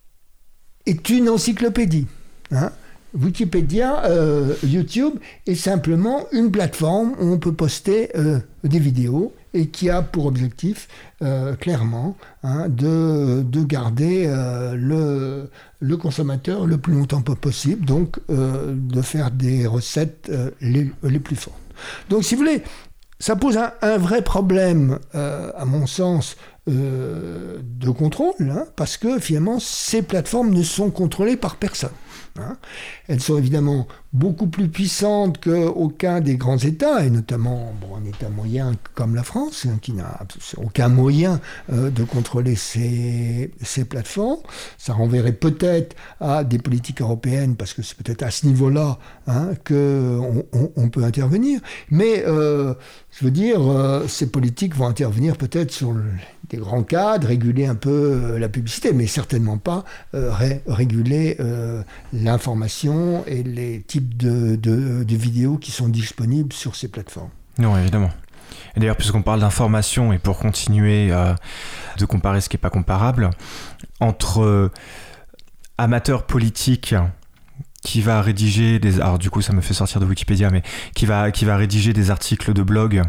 est une encyclopédie. Hein. Wikipédia, euh, YouTube est simplement une plateforme où on peut poster euh, des vidéos et qui a pour objectif euh, clairement hein, de, de garder euh, le, le consommateur le plus longtemps possible, donc euh, de faire des recettes euh, les, les plus fortes. Donc, si vous voulez, ça pose un, un vrai problème, euh, à mon sens, euh, de contrôle, hein, parce que finalement, ces plateformes ne sont contrôlées par personne. Hein. Elles sont évidemment beaucoup plus puissantes qu'aucun des grands États, et notamment bon, un État moyen comme la France, hein, qui n'a aucun moyen euh, de contrôler ces, ces plateformes. Ça renverrait peut-être à des politiques européennes, parce que c'est peut-être à ce niveau-là hein, qu'on on, on peut intervenir. Mais, euh, je veux dire, euh, ces politiques vont intervenir peut-être sur le, des grands cadres, réguler un peu euh, la publicité, mais certainement pas euh, ré- réguler euh, l'information et les types de, de, de vidéos qui sont disponibles sur ces plateformes. Non, évidemment. Et d'ailleurs, puisqu'on parle d'information, et pour continuer euh, de comparer ce qui n'est pas comparable, entre euh, amateurs politiques qui va rédiger des... Alors du coup, ça me fait sortir de Wikipédia, mais qui va, qui va rédiger des articles de blog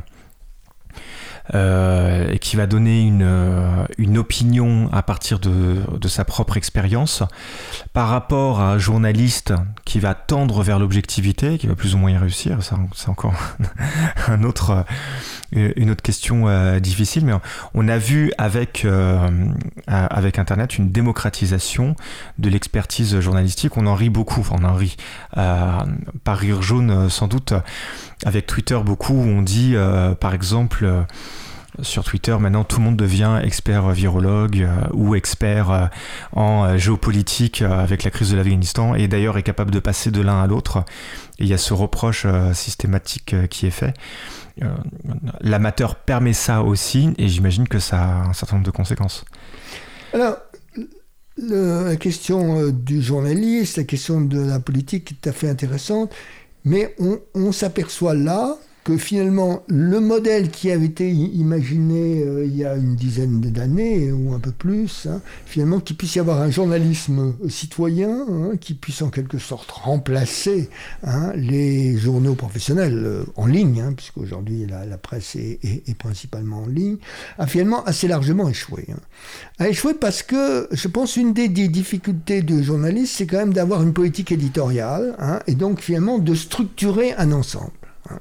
Euh, et qui va donner une, euh, une opinion à partir de, de sa propre expérience par rapport à un journaliste qui va tendre vers l'objectivité, qui va plus ou moins y réussir. Ça, c'est encore un autre, une autre question euh, difficile, mais on a vu avec, euh, avec Internet une démocratisation de l'expertise journalistique. On en rit beaucoup, enfin on en rit, euh, par rire jaune sans doute. Avec Twitter, beaucoup, on dit, euh, par exemple, euh, sur Twitter, maintenant, tout le monde devient expert virologue euh, ou expert euh, en euh, géopolitique euh, avec la crise de l'Afghanistan, et d'ailleurs est capable de passer de l'un à l'autre. Et il y a ce reproche euh, systématique euh, qui est fait. Euh, l'amateur permet ça aussi, et j'imagine que ça a un certain nombre de conséquences. Alors, le, la question euh, du journaliste, la question de la politique est tout à fait intéressante, mais on, on s'aperçoit là que finalement, le modèle qui avait été imaginé euh, il y a une dizaine d'années, ou un peu plus, hein, finalement, qu'il puisse y avoir un journalisme citoyen, hein, qui puisse en quelque sorte remplacer hein, les journaux professionnels euh, en ligne, hein, puisqu'aujourd'hui la, la presse est, est, est principalement en ligne, a finalement assez largement échoué. Hein. A échoué parce que, je pense, une des, des difficultés du journaliste, c'est quand même d'avoir une politique éditoriale, hein, et donc finalement de structurer un ensemble.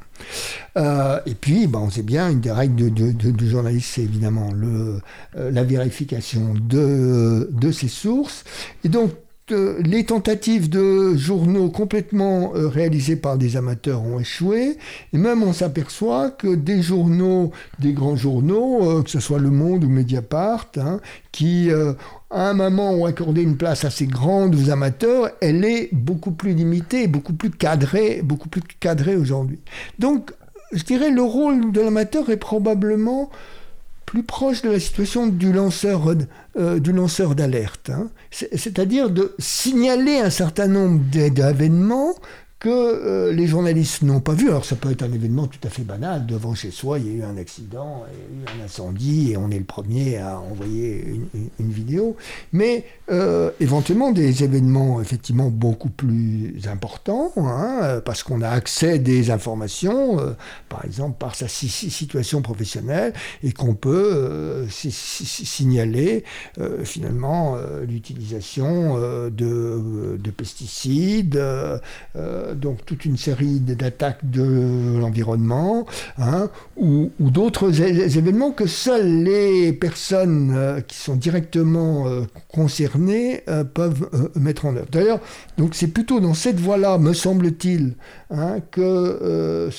Euh, et puis, bah, on sait bien, une des règles de, de, de, de journaliste, c'est évidemment le, euh, la vérification de, de ses sources. Et donc, euh, les tentatives de journaux complètement euh, réalisés par des amateurs ont échoué. Et même, on s'aperçoit que des journaux, des grands journaux, euh, que ce soit Le Monde ou Mediapart, hein, qui... Euh, à un moment où accorder une place assez grande aux amateurs, elle est beaucoup plus limitée, beaucoup plus cadrée, beaucoup plus cadrée aujourd'hui. Donc, je dirais, le rôle de l'amateur est probablement plus proche de la situation du lanceur, euh, du lanceur d'alerte. Hein. C'est, c'est-à-dire de signaler un certain nombre d'événements que euh, les journalistes n'ont pas vu. Alors ça peut être un événement tout à fait banal, devant chez soi, il y a eu un accident, il y a eu un incendie, et on est le premier à envoyer une, une, une vidéo, mais euh, éventuellement des événements effectivement beaucoup plus importants, hein, parce qu'on a accès à des informations, euh, par exemple par sa si- situation professionnelle, et qu'on peut euh, si- si- signaler euh, finalement euh, l'utilisation euh, de, de pesticides, euh, donc toute une série d'attaques de l'environnement, hein, ou, ou d'autres é- événements que seules les personnes euh, qui sont directement euh, concernées euh, peuvent euh, mettre en œuvre. D'ailleurs, donc c'est plutôt dans cette voie-là, me semble-t-il, hein, que euh,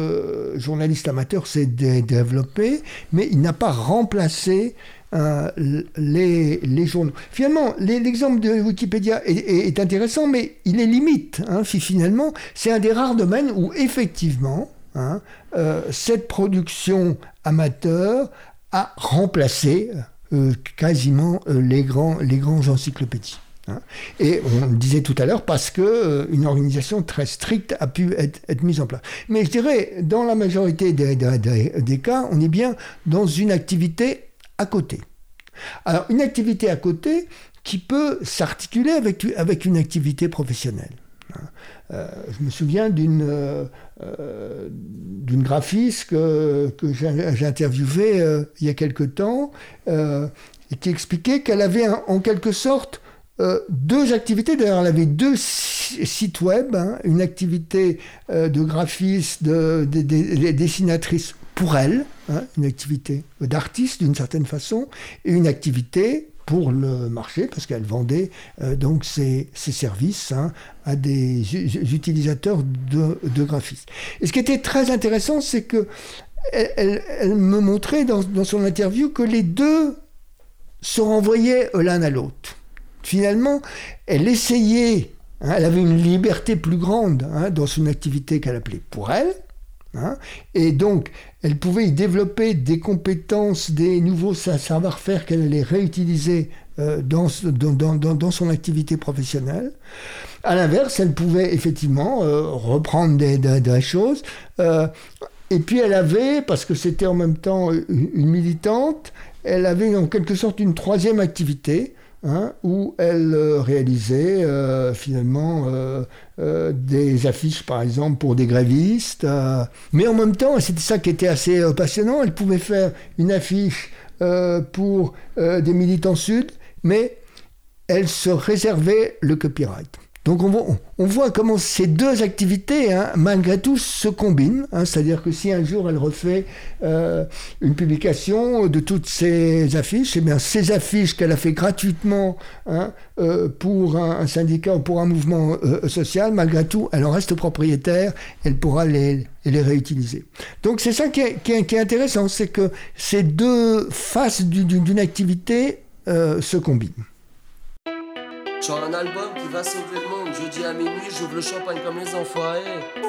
ce journaliste amateur s'est dé- développé, mais il n'a pas remplacé Euh, les, les journaux. Finalement, les, l'exemple de Wikipédia est, est, est intéressant, mais il est limite. Hein, finalement, c'est un des rares domaines où, effectivement, hein, euh, cette production amateur a remplacé euh, quasiment euh, les, grands, les grands encyclopédies. Hein. Et on le disait tout à l'heure, parce qu'une euh, organisation très stricte a pu être, être mise en place. Mais je dirais, dans la majorité des, des, des, des cas, on est bien dans une activité à côté. Alors, une activité à côté qui peut s'articuler avec, avec une activité professionnelle. Euh, je me souviens d'une, euh, d'une graphiste que, que j'ai, j'ai interviewée euh, il y a quelque temps, euh, et qui expliquait qu'elle avait un, en quelque sorte euh, deux activités. D'ailleurs, elle avait deux sites web, hein, une activité euh, de graphiste, de, de, de, de dessinatrice pour elle, hein, une activité d'artiste d'une certaine façon, et une activité pour le marché, parce qu'elle vendait euh, donc ses, ses services hein, à des u- utilisateurs de, de graphisme. Et ce qui était très intéressant, c'est que elle, elle, elle me montrait dans, dans son interview que les deux se renvoyaient l'un à l'autre. Finalement, elle essayait, hein, elle avait une liberté plus grande hein, dans son activité qu'elle appelait pour elle, hein, et donc elle pouvait y développer des compétences, des nouveaux savoir-faire qu'elle allait réutiliser euh, dans, dans, dans, dans son activité professionnelle. À l'inverse, elle pouvait effectivement euh, reprendre des, des, des choses, euh, et puis elle avait, parce que c'était en même temps une, une militante, elle avait en quelque sorte une troisième activité, Hein, où elle euh, réalisait euh, finalement euh, euh, des affiches par exemple pour des grévistes, euh, mais en même temps, et c'était ça qui était assez euh, passionnant, elle pouvait faire une affiche euh, pour euh, des militants sud, mais elle se réservait le copyright. Donc on voit, on voit comment ces deux activités, hein, malgré tout, se combinent. Hein, c'est-à-dire que si un jour elle refait euh, une publication de toutes ces affiches, eh bien ces affiches qu'elle a fait gratuitement hein, euh, pour un, un syndicat ou pour un mouvement euh, social, malgré tout, elle en reste propriétaire, elle pourra les, les réutiliser. Donc c'est ça qui est, qui est, qui est intéressant, c'est que ces deux faces d'une, d'une activité euh, se combinent. Genre un album qui va sauver le monde. Jeudi à minuit, j'ouvre le champagne comme les enfoirés.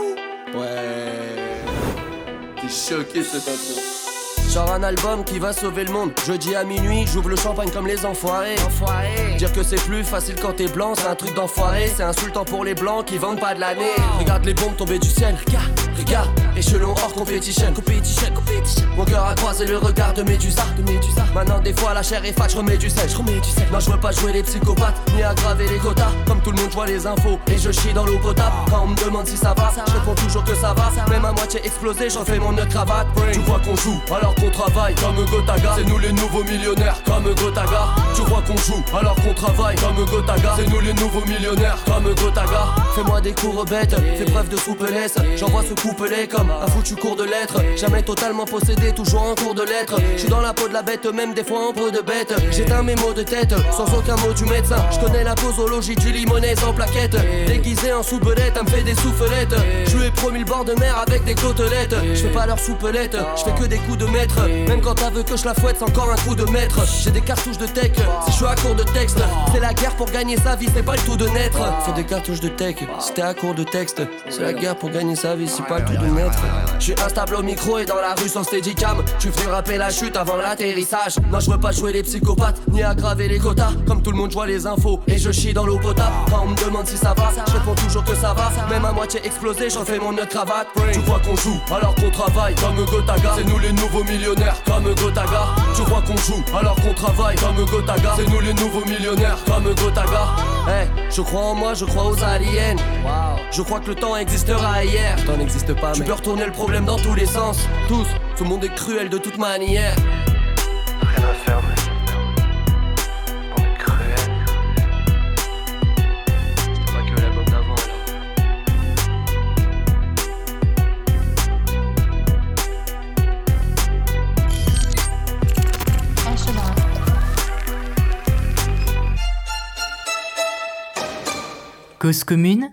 Ouais. T'es choqué cette intro. Genre un album qui va sauver le monde. Jeudi à minuit, j'ouvre le champagne comme les enfoirés. Enfoirés. Dire que c'est plus facile quand t'es blanc, c'est un truc d'enfoiré. C'est insultant pour les blancs qui vendent pas de l'année. Regarde les bombes tomber du ciel. Regarde. Regarde, échelon hors competition. Competition, competition. Mon cœur a croisé le regard de Médusa, de Médusa. Maintenant des fois la chair est fat, je remets du sel, je remets du sel. Non, je veux pas jouer les psychopathes, ni aggraver les quotas. Comme tout le monde, je vois les infos et je chie dans l'eau potable. Quand on me demande si ça va, je réponds toujours que ça va. Même à moitié explosé, je refais mon nœud cravate. Tu vois qu'on joue alors qu'on travaille comme Gotaga. C'est nous les nouveaux millionnaires comme Gotaga. Tu crois qu'on joue alors qu'on travaille comme Gotaga. C'est nous les nouveaux millionnaires comme Gotaga. Fais-moi des cours bêtes, fais preuve de souplesse. J'envoie ce couplet comme un foutu cours de lettres. Jamais totalement possédé, toujours en cours de lettres. Je suis dans la peau de la bête, même des fois en peau de bête. J'éteins mes mots de tête, sans aucun mot du médecin. Je connais la posologie du limonaise en plaquette. Déguisé en soupelette, elle me fait des soufflettes. Je lui ai promis le bord de mer avec des côtelettes. Je fais pas leur soupelette, je fais que des coups de maître. Même quand t'as vu que je la fouette, c'est encore un coup de maître. J'ai des cartouches de tech, si je suis à court de texte. C'est la guerre pour gagner sa vie, c'est pas le tout de naître. Faut des cartouches de tech, si t'es à court de texte. C'est la guerre pour gagner sa vie, c'est pas le tout de naître. Je suis instable au micro et dans la rue sans steadicam. Tu fais rapper la chute avant l'atterrissage. Non, je veux pas jouer les psychopathes, ni aggraver les quotas. Comme tout le monde, je vois les infos et je chie dans l'eau potable. Quand on me demande si ça va, je réponds toujours que ça va. Même à moitié explosé, je refais mon nœud cravate. Tu crois qu'on joue alors qu'on travaille comme Gotaga. C'est nous les nouveaux millionnaires comme Gotaga. Tu crois qu'on joue alors qu'on travaille comme Gotaga. C'est nous les nouveaux millionnaires comme Gotaga. Hey, je crois en moi, je crois aux aliens. Wow. Je crois que le temps existera hier. Le temps n'existe pas, tu mais peux retourner le problème dans tous les sens. Tous, tout le monde est cruel de toute manière. Rien à faire, mais on est cruel. C'était pas que l'album d'avant, là. Cause commune,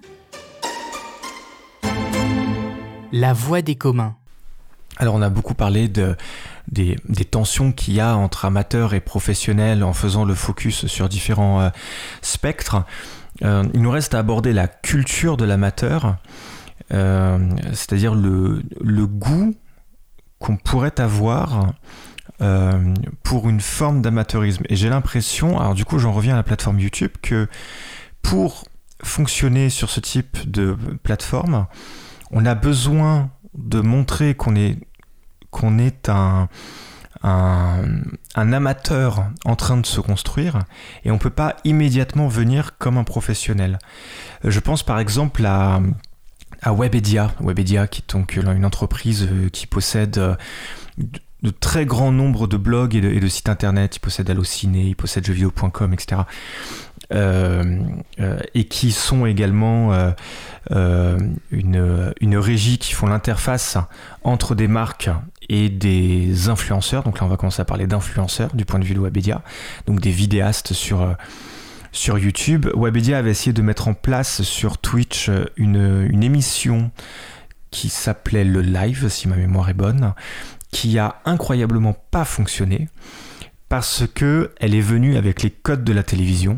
la voix des communs. Alors on a beaucoup parlé de, des, des tensions qu'il y a entre amateurs et professionnels en faisant le focus sur différents euh, spectres. Euh, il nous reste à aborder la culture de l'amateur, euh, c'est-à-dire le, le goût qu'on pourrait avoir euh, pour une forme d'amateurisme. Et j'ai l'impression, alors du coup j'en reviens à la plateforme YouTube, que pour fonctionner sur ce type de plateforme, on a besoin de montrer qu'on est, qu'on est un, un, un amateur en train de se construire et on ne peut pas immédiatement venir comme un professionnel. Je pense par exemple à, à Webedia, Webedia qui est donc une entreprise qui possède de très grands nombres de blogs et de, et de sites internet. Il possède Allociné, il possède jeuxvideo point com, et cetera. Euh, euh, et qui sont également euh, euh, une, une régie qui font l'interface entre des marques et des influenceurs. Donc là on va commencer à parler d'influenceurs du point de vue de Webedia, donc des vidéastes sur, euh, sur YouTube. Webedia avait essayé de mettre en place sur Twitch une, une émission qui s'appelait le live, si ma mémoire est bonne, qui a incroyablement pas fonctionné parce que elle est venue avec les codes de la télévision,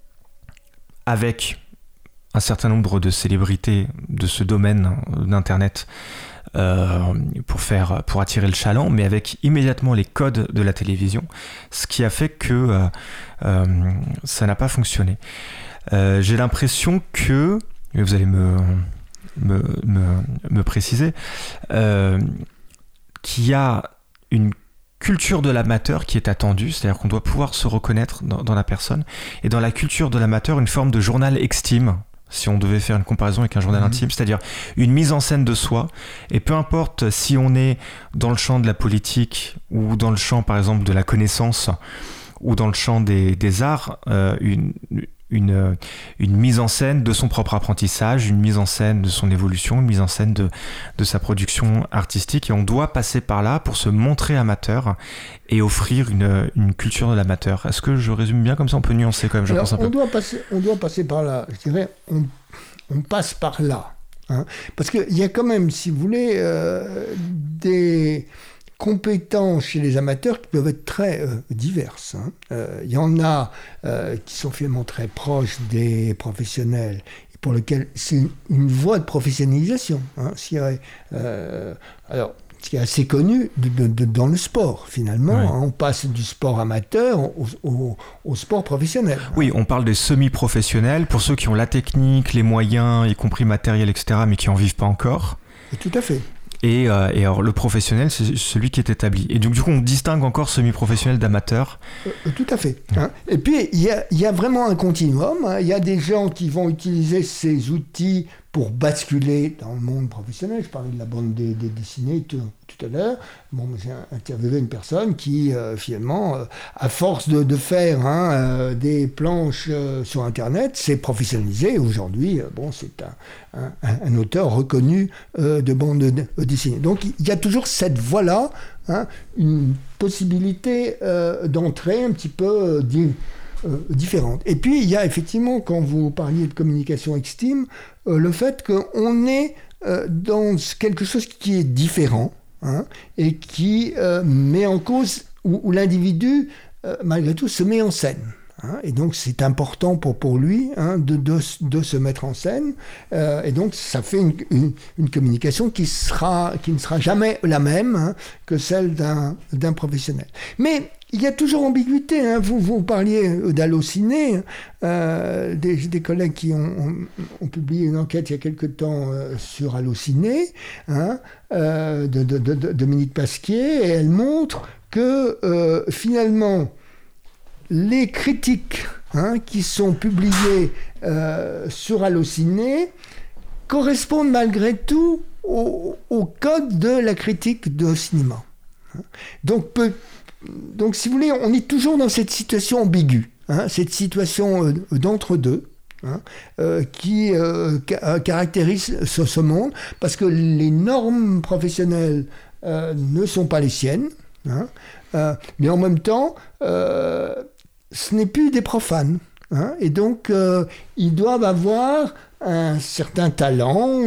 avec un certain nombre de célébrités de ce domaine d'internet euh, pour faire, pour attirer le chaland, mais avec immédiatement les codes de la télévision, ce qui a fait que euh, euh, ça n'a pas fonctionné. Euh, j'ai l'impression que, et vous allez me me, me, me préciser, euh, qu'il y a une culture de l'amateur qui est attendue, c'est-à-dire qu'on doit pouvoir se reconnaître dans, dans la personne, et dans la culture de l'amateur, une forme de journal extime, si on devait faire une comparaison avec un journal mmh. intime, c'est-à-dire une mise en scène de soi, et peu importe si on est dans le champ de la politique, ou dans le champ par exemple de la connaissance, ou dans le champ des, des arts, euh, une, une, une mise en scène de son propre apprentissage, une mise en scène de son évolution, une mise en scène de, de sa production artistique, et on doit passer par là pour se montrer amateur et offrir une, une culture de l'amateur. Est-ce que je résume bien comme ça? On peut nuancer quand même, je Alors, pense un on peu. Doit passer, on doit passer par là, je dirais, on, on passe par là. Hein, parce qu'il y a quand même, si vous voulez, euh, des compétences chez les amateurs qui peuvent être très euh, diverses. Hein. Euh, il y en a euh, qui sont finalement très proches des professionnels, et pour lesquels c'est une, une voie de professionnalisation. Hein, euh, alors, ce qui est assez connu de, de, de, dans le sport, finalement. Ouais. Hein, on passe du sport amateur au, au, au sport professionnel. Oui, on parle des semi-professionnels, pour ceux qui ont la technique, les moyens, y compris matériel, et cetera, mais qui n'en vivent pas encore. Tout à fait. Et, euh, et alors le professionnel, c'est celui qui est établi. Et donc du coup, on distingue encore semi-professionnel d'amateur. Euh, tout à fait. Hein. Et puis, il y a, y a vraiment un continuum. Hein. Il y a des gens qui vont utiliser ces outils pour basculer dans le monde professionnel. Je parlais de la bande des, des dessinée tout, tout à l'heure. Bon, j'ai interviewé une personne qui, euh, finalement, euh, à force de, de faire hein, euh, des planches euh, sur Internet, s'est professionnalisé. Aujourd'hui, euh, bon, c'est un, un, un auteur reconnu euh, de bande de, de dessinée. Donc, il y a toujours cette voie-là, hein, une possibilité euh, d'entrée un petit peu euh, di- euh, différente. Et puis, il y a effectivement, quand vous parliez de communication extime, euh, le fait qu'on est euh, dans quelque chose qui est différent, hein, et qui euh, met en cause, où, où l'individu, euh, malgré tout, se met en scène. Hein, et donc c'est important pour, pour lui hein, de, de, de se mettre en scène, euh, et donc ça fait une, une, une communication qui, sera, qui ne sera jamais la même hein, que celle d'un, d'un professionnel. Mais il y a toujours ambiguïté, hein. vous, vous parliez d'Allociné, euh, des, des collègues qui ont, ont, ont publié une enquête il y a quelque temps euh, sur Allociné, hein, euh, de, de, de, de Dominique Pasquier, et elle montre que euh, finalement les critiques hein, qui sont publiées euh, sur Allociné correspondent malgré tout au, au code de la critique de cinéma. Donc, peu, donc, si vous voulez, on est toujours dans cette situation ambiguë, hein, cette situation euh, d'entre-deux, hein, euh, qui euh, ca- caractérise ce, ce monde, parce que les normes professionnelles euh, ne sont pas les siennes, hein, euh, mais en même temps, euh, ce n'est plus des profanes. Hein, et donc, euh, ils doivent avoir un certain talent,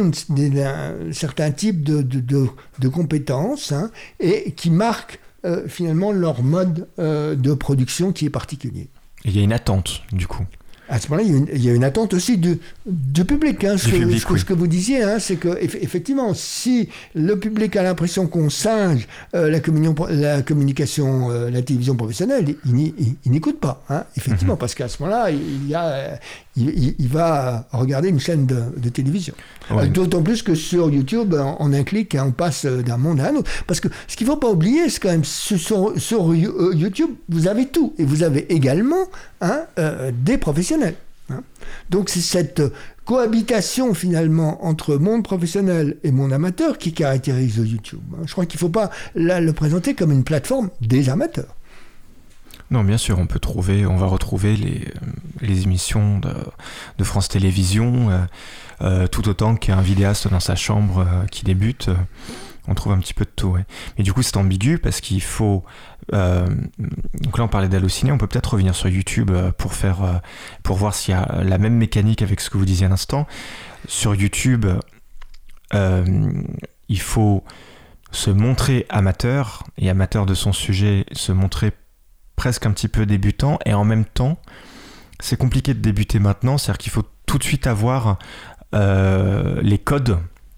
un certain type de, de, de, de compétences, hein, et qui marquent euh, finalement leur mode euh, de production qui est particulier. Et il y a une attente, du coup. À ce moment-là, il y a une, il y a une attente aussi du, du public. Hein, ce, du que, public ce, que, oui. ce que vous disiez, hein, c'est que effectivement, si le public a l'impression qu'on singe euh, la, la communication, euh, la télévision professionnelle, il, il, il n'écoute pas. Hein, effectivement, mm-hmm. parce qu'à ce moment-là, il, y a, il, il va regarder une chaîne de, de télévision. Ouais. D'autant plus que sur YouTube, en, en un clic, on passe d'un monde à un autre. Parce que ce qu'il ne faut pas oublier, c'est quand même sur, sur YouTube, vous avez tout. Et vous avez également hein, euh, des professionnels. Hein. Donc c'est cette cohabitation finalement entre monde professionnel et monde amateur qui caractérise YouTube. Hein. Je crois qu'il ne faut pas là, le présenter comme une plateforme des amateurs. Non, bien sûr, on peut trouver, on va retrouver les, les émissions de, de France Télévisions, euh, euh, tout autant qu'un vidéaste dans sa chambre euh, qui débute. Euh, on trouve un petit peu de tout, ouais. Mais du coup, c'est ambigu parce qu'il faut... Euh, donc là, on parlait d'Allociné, on peut peut-être revenir sur YouTube pour, faire, euh, pour voir s'il y a la même mécanique avec ce que vous disiez à l'instant. Sur YouTube, euh, il faut se montrer amateur, et amateur de son sujet, se montrer presque un petit peu débutant, et en même temps, c'est compliqué de débuter maintenant, c'est-à-dire qu'il faut tout de suite avoir euh, les codes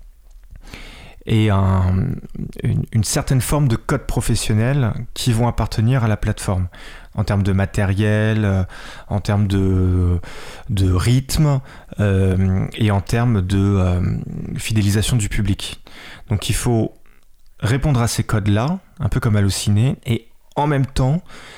et un, une, une certaine forme de code professionnel qui vont appartenir à la plateforme en termes de matériel, euh, en termes de, de rythme euh, et en termes de euh, fidélisation du public. Donc il faut répondre à ces codes-là, un peu comme Allociné, et en même temps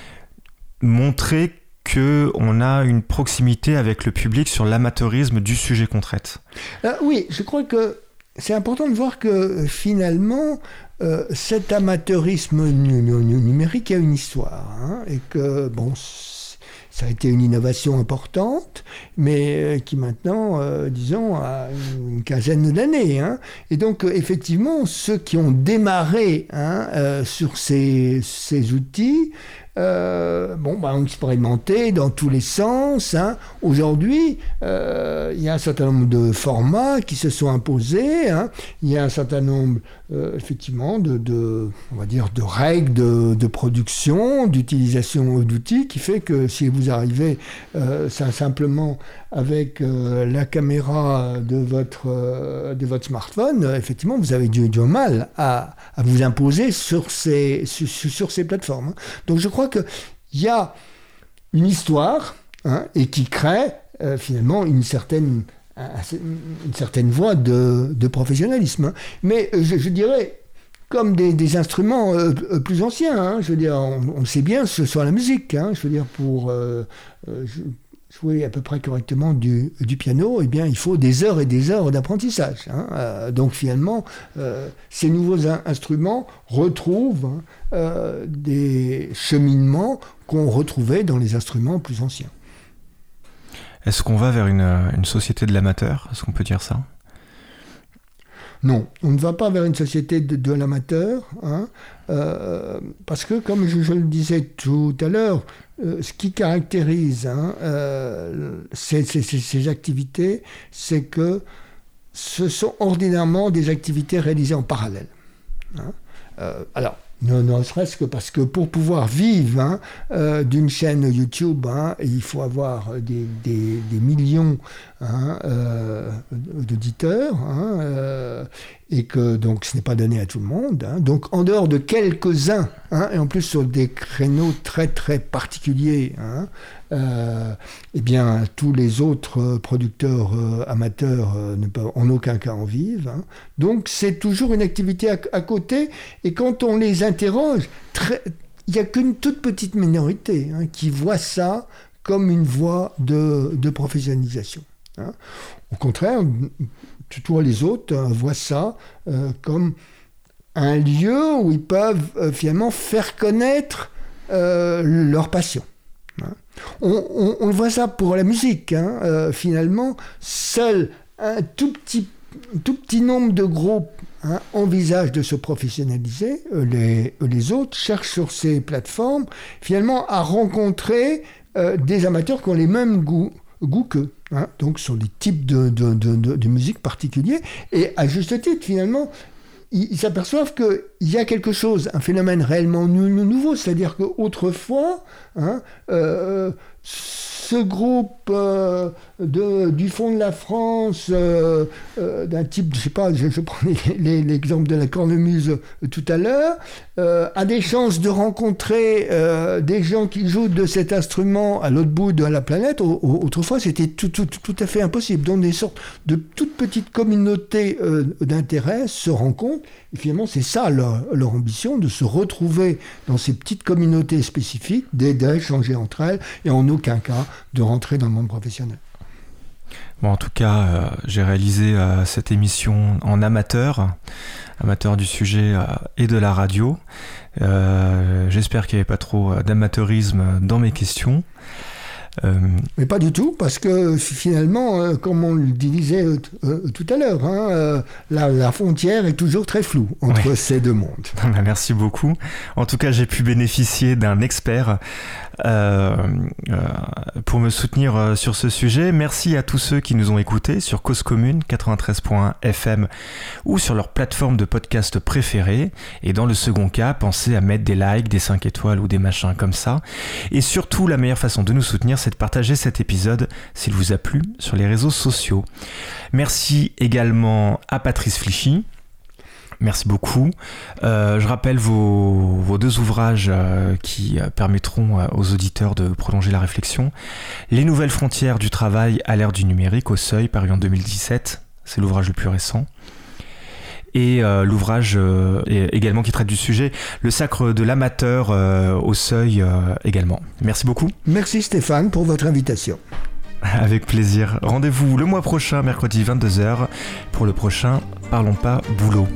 montrer qu'on a une proximité avec le public sur l'amateurisme du sujet qu'on traite. Euh, oui, je crois que c'est important de voir que finalement, euh, cet amateurisme nu- nu- numérique a une histoire. Hein, et que, bon, ça a été une innovation importante, mais qui maintenant, euh, disons, a une quinzaine d'années. Hein. Et donc, effectivement, ceux qui ont démarré hein, euh, sur ces, ces outils, Euh, bon, bah, on expérimentait dans tous les sens. Hein. Aujourd'hui, euh, il y a un certain nombre de formats qui se sont imposés. Hein. Il y a un certain nombre, euh, effectivement, de, de, on va dire, de règles de, de production, d'utilisation d'outils, qui fait que si vous arrivez euh, simplement avec euh, la caméra de votre, euh, de votre smartphone, euh, effectivement, vous avez du, du mal à, à vous imposer sur ces, sur, sur ces plateformes. Hein. Donc, je crois qu'il y a une histoire hein, et qui crée euh, finalement une certaine une certaine voie de, de professionnalisme. Mais je, je dirais, comme des, des instruments euh, plus anciens, hein, je veux dire, on, on sait bien ce soit la musique, hein, je veux dire, pour euh, euh, jouer à peu près correctement du, du piano, eh bien, il faut des heures et des heures d'apprentissage. Hein. Euh, donc finalement, euh, ces nouveaux in- instruments retrouvent hein, euh, des cheminements qu'on retrouvait dans les instruments plus anciens. Est-ce qu'on va vers une, une société de l'amateur ? Est-ce qu'on peut dire ça ? Non, on ne va pas vers une société de, de l'amateur, hein, euh, parce que, comme je, je le disais tout à l'heure, euh, ce qui caractérise hein, euh, ces, ces, ces activités, c'est que ce sont ordinairement des activités réalisées en parallèle. Hein. Euh, alors, Ne, ne serait-ce que parce que pour pouvoir vivre hein, euh, d'une chaîne YouTube, hein, il faut avoir des, des, des millions hein, euh, d'auditeurs, hein, euh, et que donc ce n'est pas donné à tout le monde. Hein. Donc en dehors de quelques-uns, hein, et en plus sur des créneaux très très particuliers, hein, euh, eh bien tous les autres producteurs euh, amateurs euh, ne peuvent en aucun cas en vivre. Hein. Donc c'est toujours une activité à, à côté, et quand on les interroge, très, il n'y a qu'une toute petite minorité hein, qui voit ça comme une voie de, de professionnalisation. Hein. Au contraire, tous les autres euh, voient ça euh, comme un lieu où ils peuvent euh, finalement faire connaître euh, leur passion. Hein. On, on, on voit ça pour la musique. Hein. Euh, finalement, seul un tout petit, tout petit nombre de groupes hein, envisagent de se professionnaliser. Euh, les, les autres cherchent sur ces plateformes finalement à rencontrer euh, des amateurs qui ont les mêmes goûts, goûts qu'eux. Hein, donc sur des types de, de, de, de, de musique particuliers, et à juste titre finalement ils, ils s'aperçoivent qu'il y a quelque chose, un phénomène réellement nou, nouveau, c'est-à-dire qu'autrefois hein, euh, ce groupe euh, de, du fond de la France, euh, euh, d'un type, je sais pas, je, je prenais les, l'exemple de la cornemuse euh, tout à l'heure, euh, a des chances de rencontrer euh, des gens qui jouent de cet instrument à l'autre bout de la planète. Au, au, autrefois, c'était tout, tout, tout à fait impossible. Donc, des sortes de toutes petites communautés euh, d'intérêt se rencontrent. Et finalement, c'est ça leur, leur ambition, de se retrouver dans ces petites communautés spécifiques, d'échanger entre elles, et en aucun cas de rentrer dans le monde professionnel. Bon, en tout cas, euh, j'ai réalisé euh, cette émission en amateur, amateur du sujet euh, et de la radio. Euh, j'espère qu'il n'y avait pas trop euh, d'amateurisme dans mes questions. Euh... Mais pas du tout, parce que finalement, euh, comme on le disait euh, euh, tout à l'heure, hein, euh, la, la frontière est toujours très floue entre ouais. ces deux mondes. Merci beaucoup. En tout cas, j'ai pu bénéficier d'un expert euh, euh, pour me soutenir euh, sur ce sujet. Merci à tous ceux qui nous ont écoutés sur Cause Commune quatre-vingt-treize point F M ou sur leur plateforme de podcast préférée. Et dans le second cas, pensez à mettre des likes, des cinq étoiles ou des machins comme ça. Et surtout, la meilleure façon de nous soutenir, c'est de partager cet épisode s'il vous a plu sur les réseaux sociaux. Merci également à Patrice Flichy. Merci beaucoup. Euh, je rappelle vos, vos deux ouvrages euh, qui euh, permettront euh, aux auditeurs de prolonger la réflexion. Les nouvelles frontières du travail à l'ère du numérique au Seuil, paru en deux mille dix-sept. C'est l'ouvrage le plus récent. Et euh, l'ouvrage euh, également qui traite du sujet, Le sacre de l'amateur euh, au Seuil euh, également. Merci beaucoup. Merci Stéphane pour votre invitation. Avec plaisir. Rendez-vous le mois prochain, mercredi vingt-deux heures, pour le prochain Parlons pas boulot.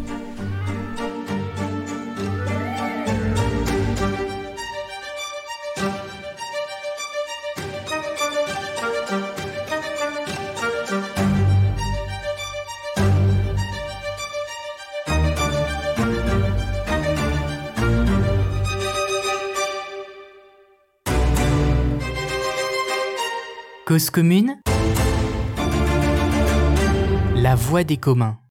Cause commune, la voix des communs.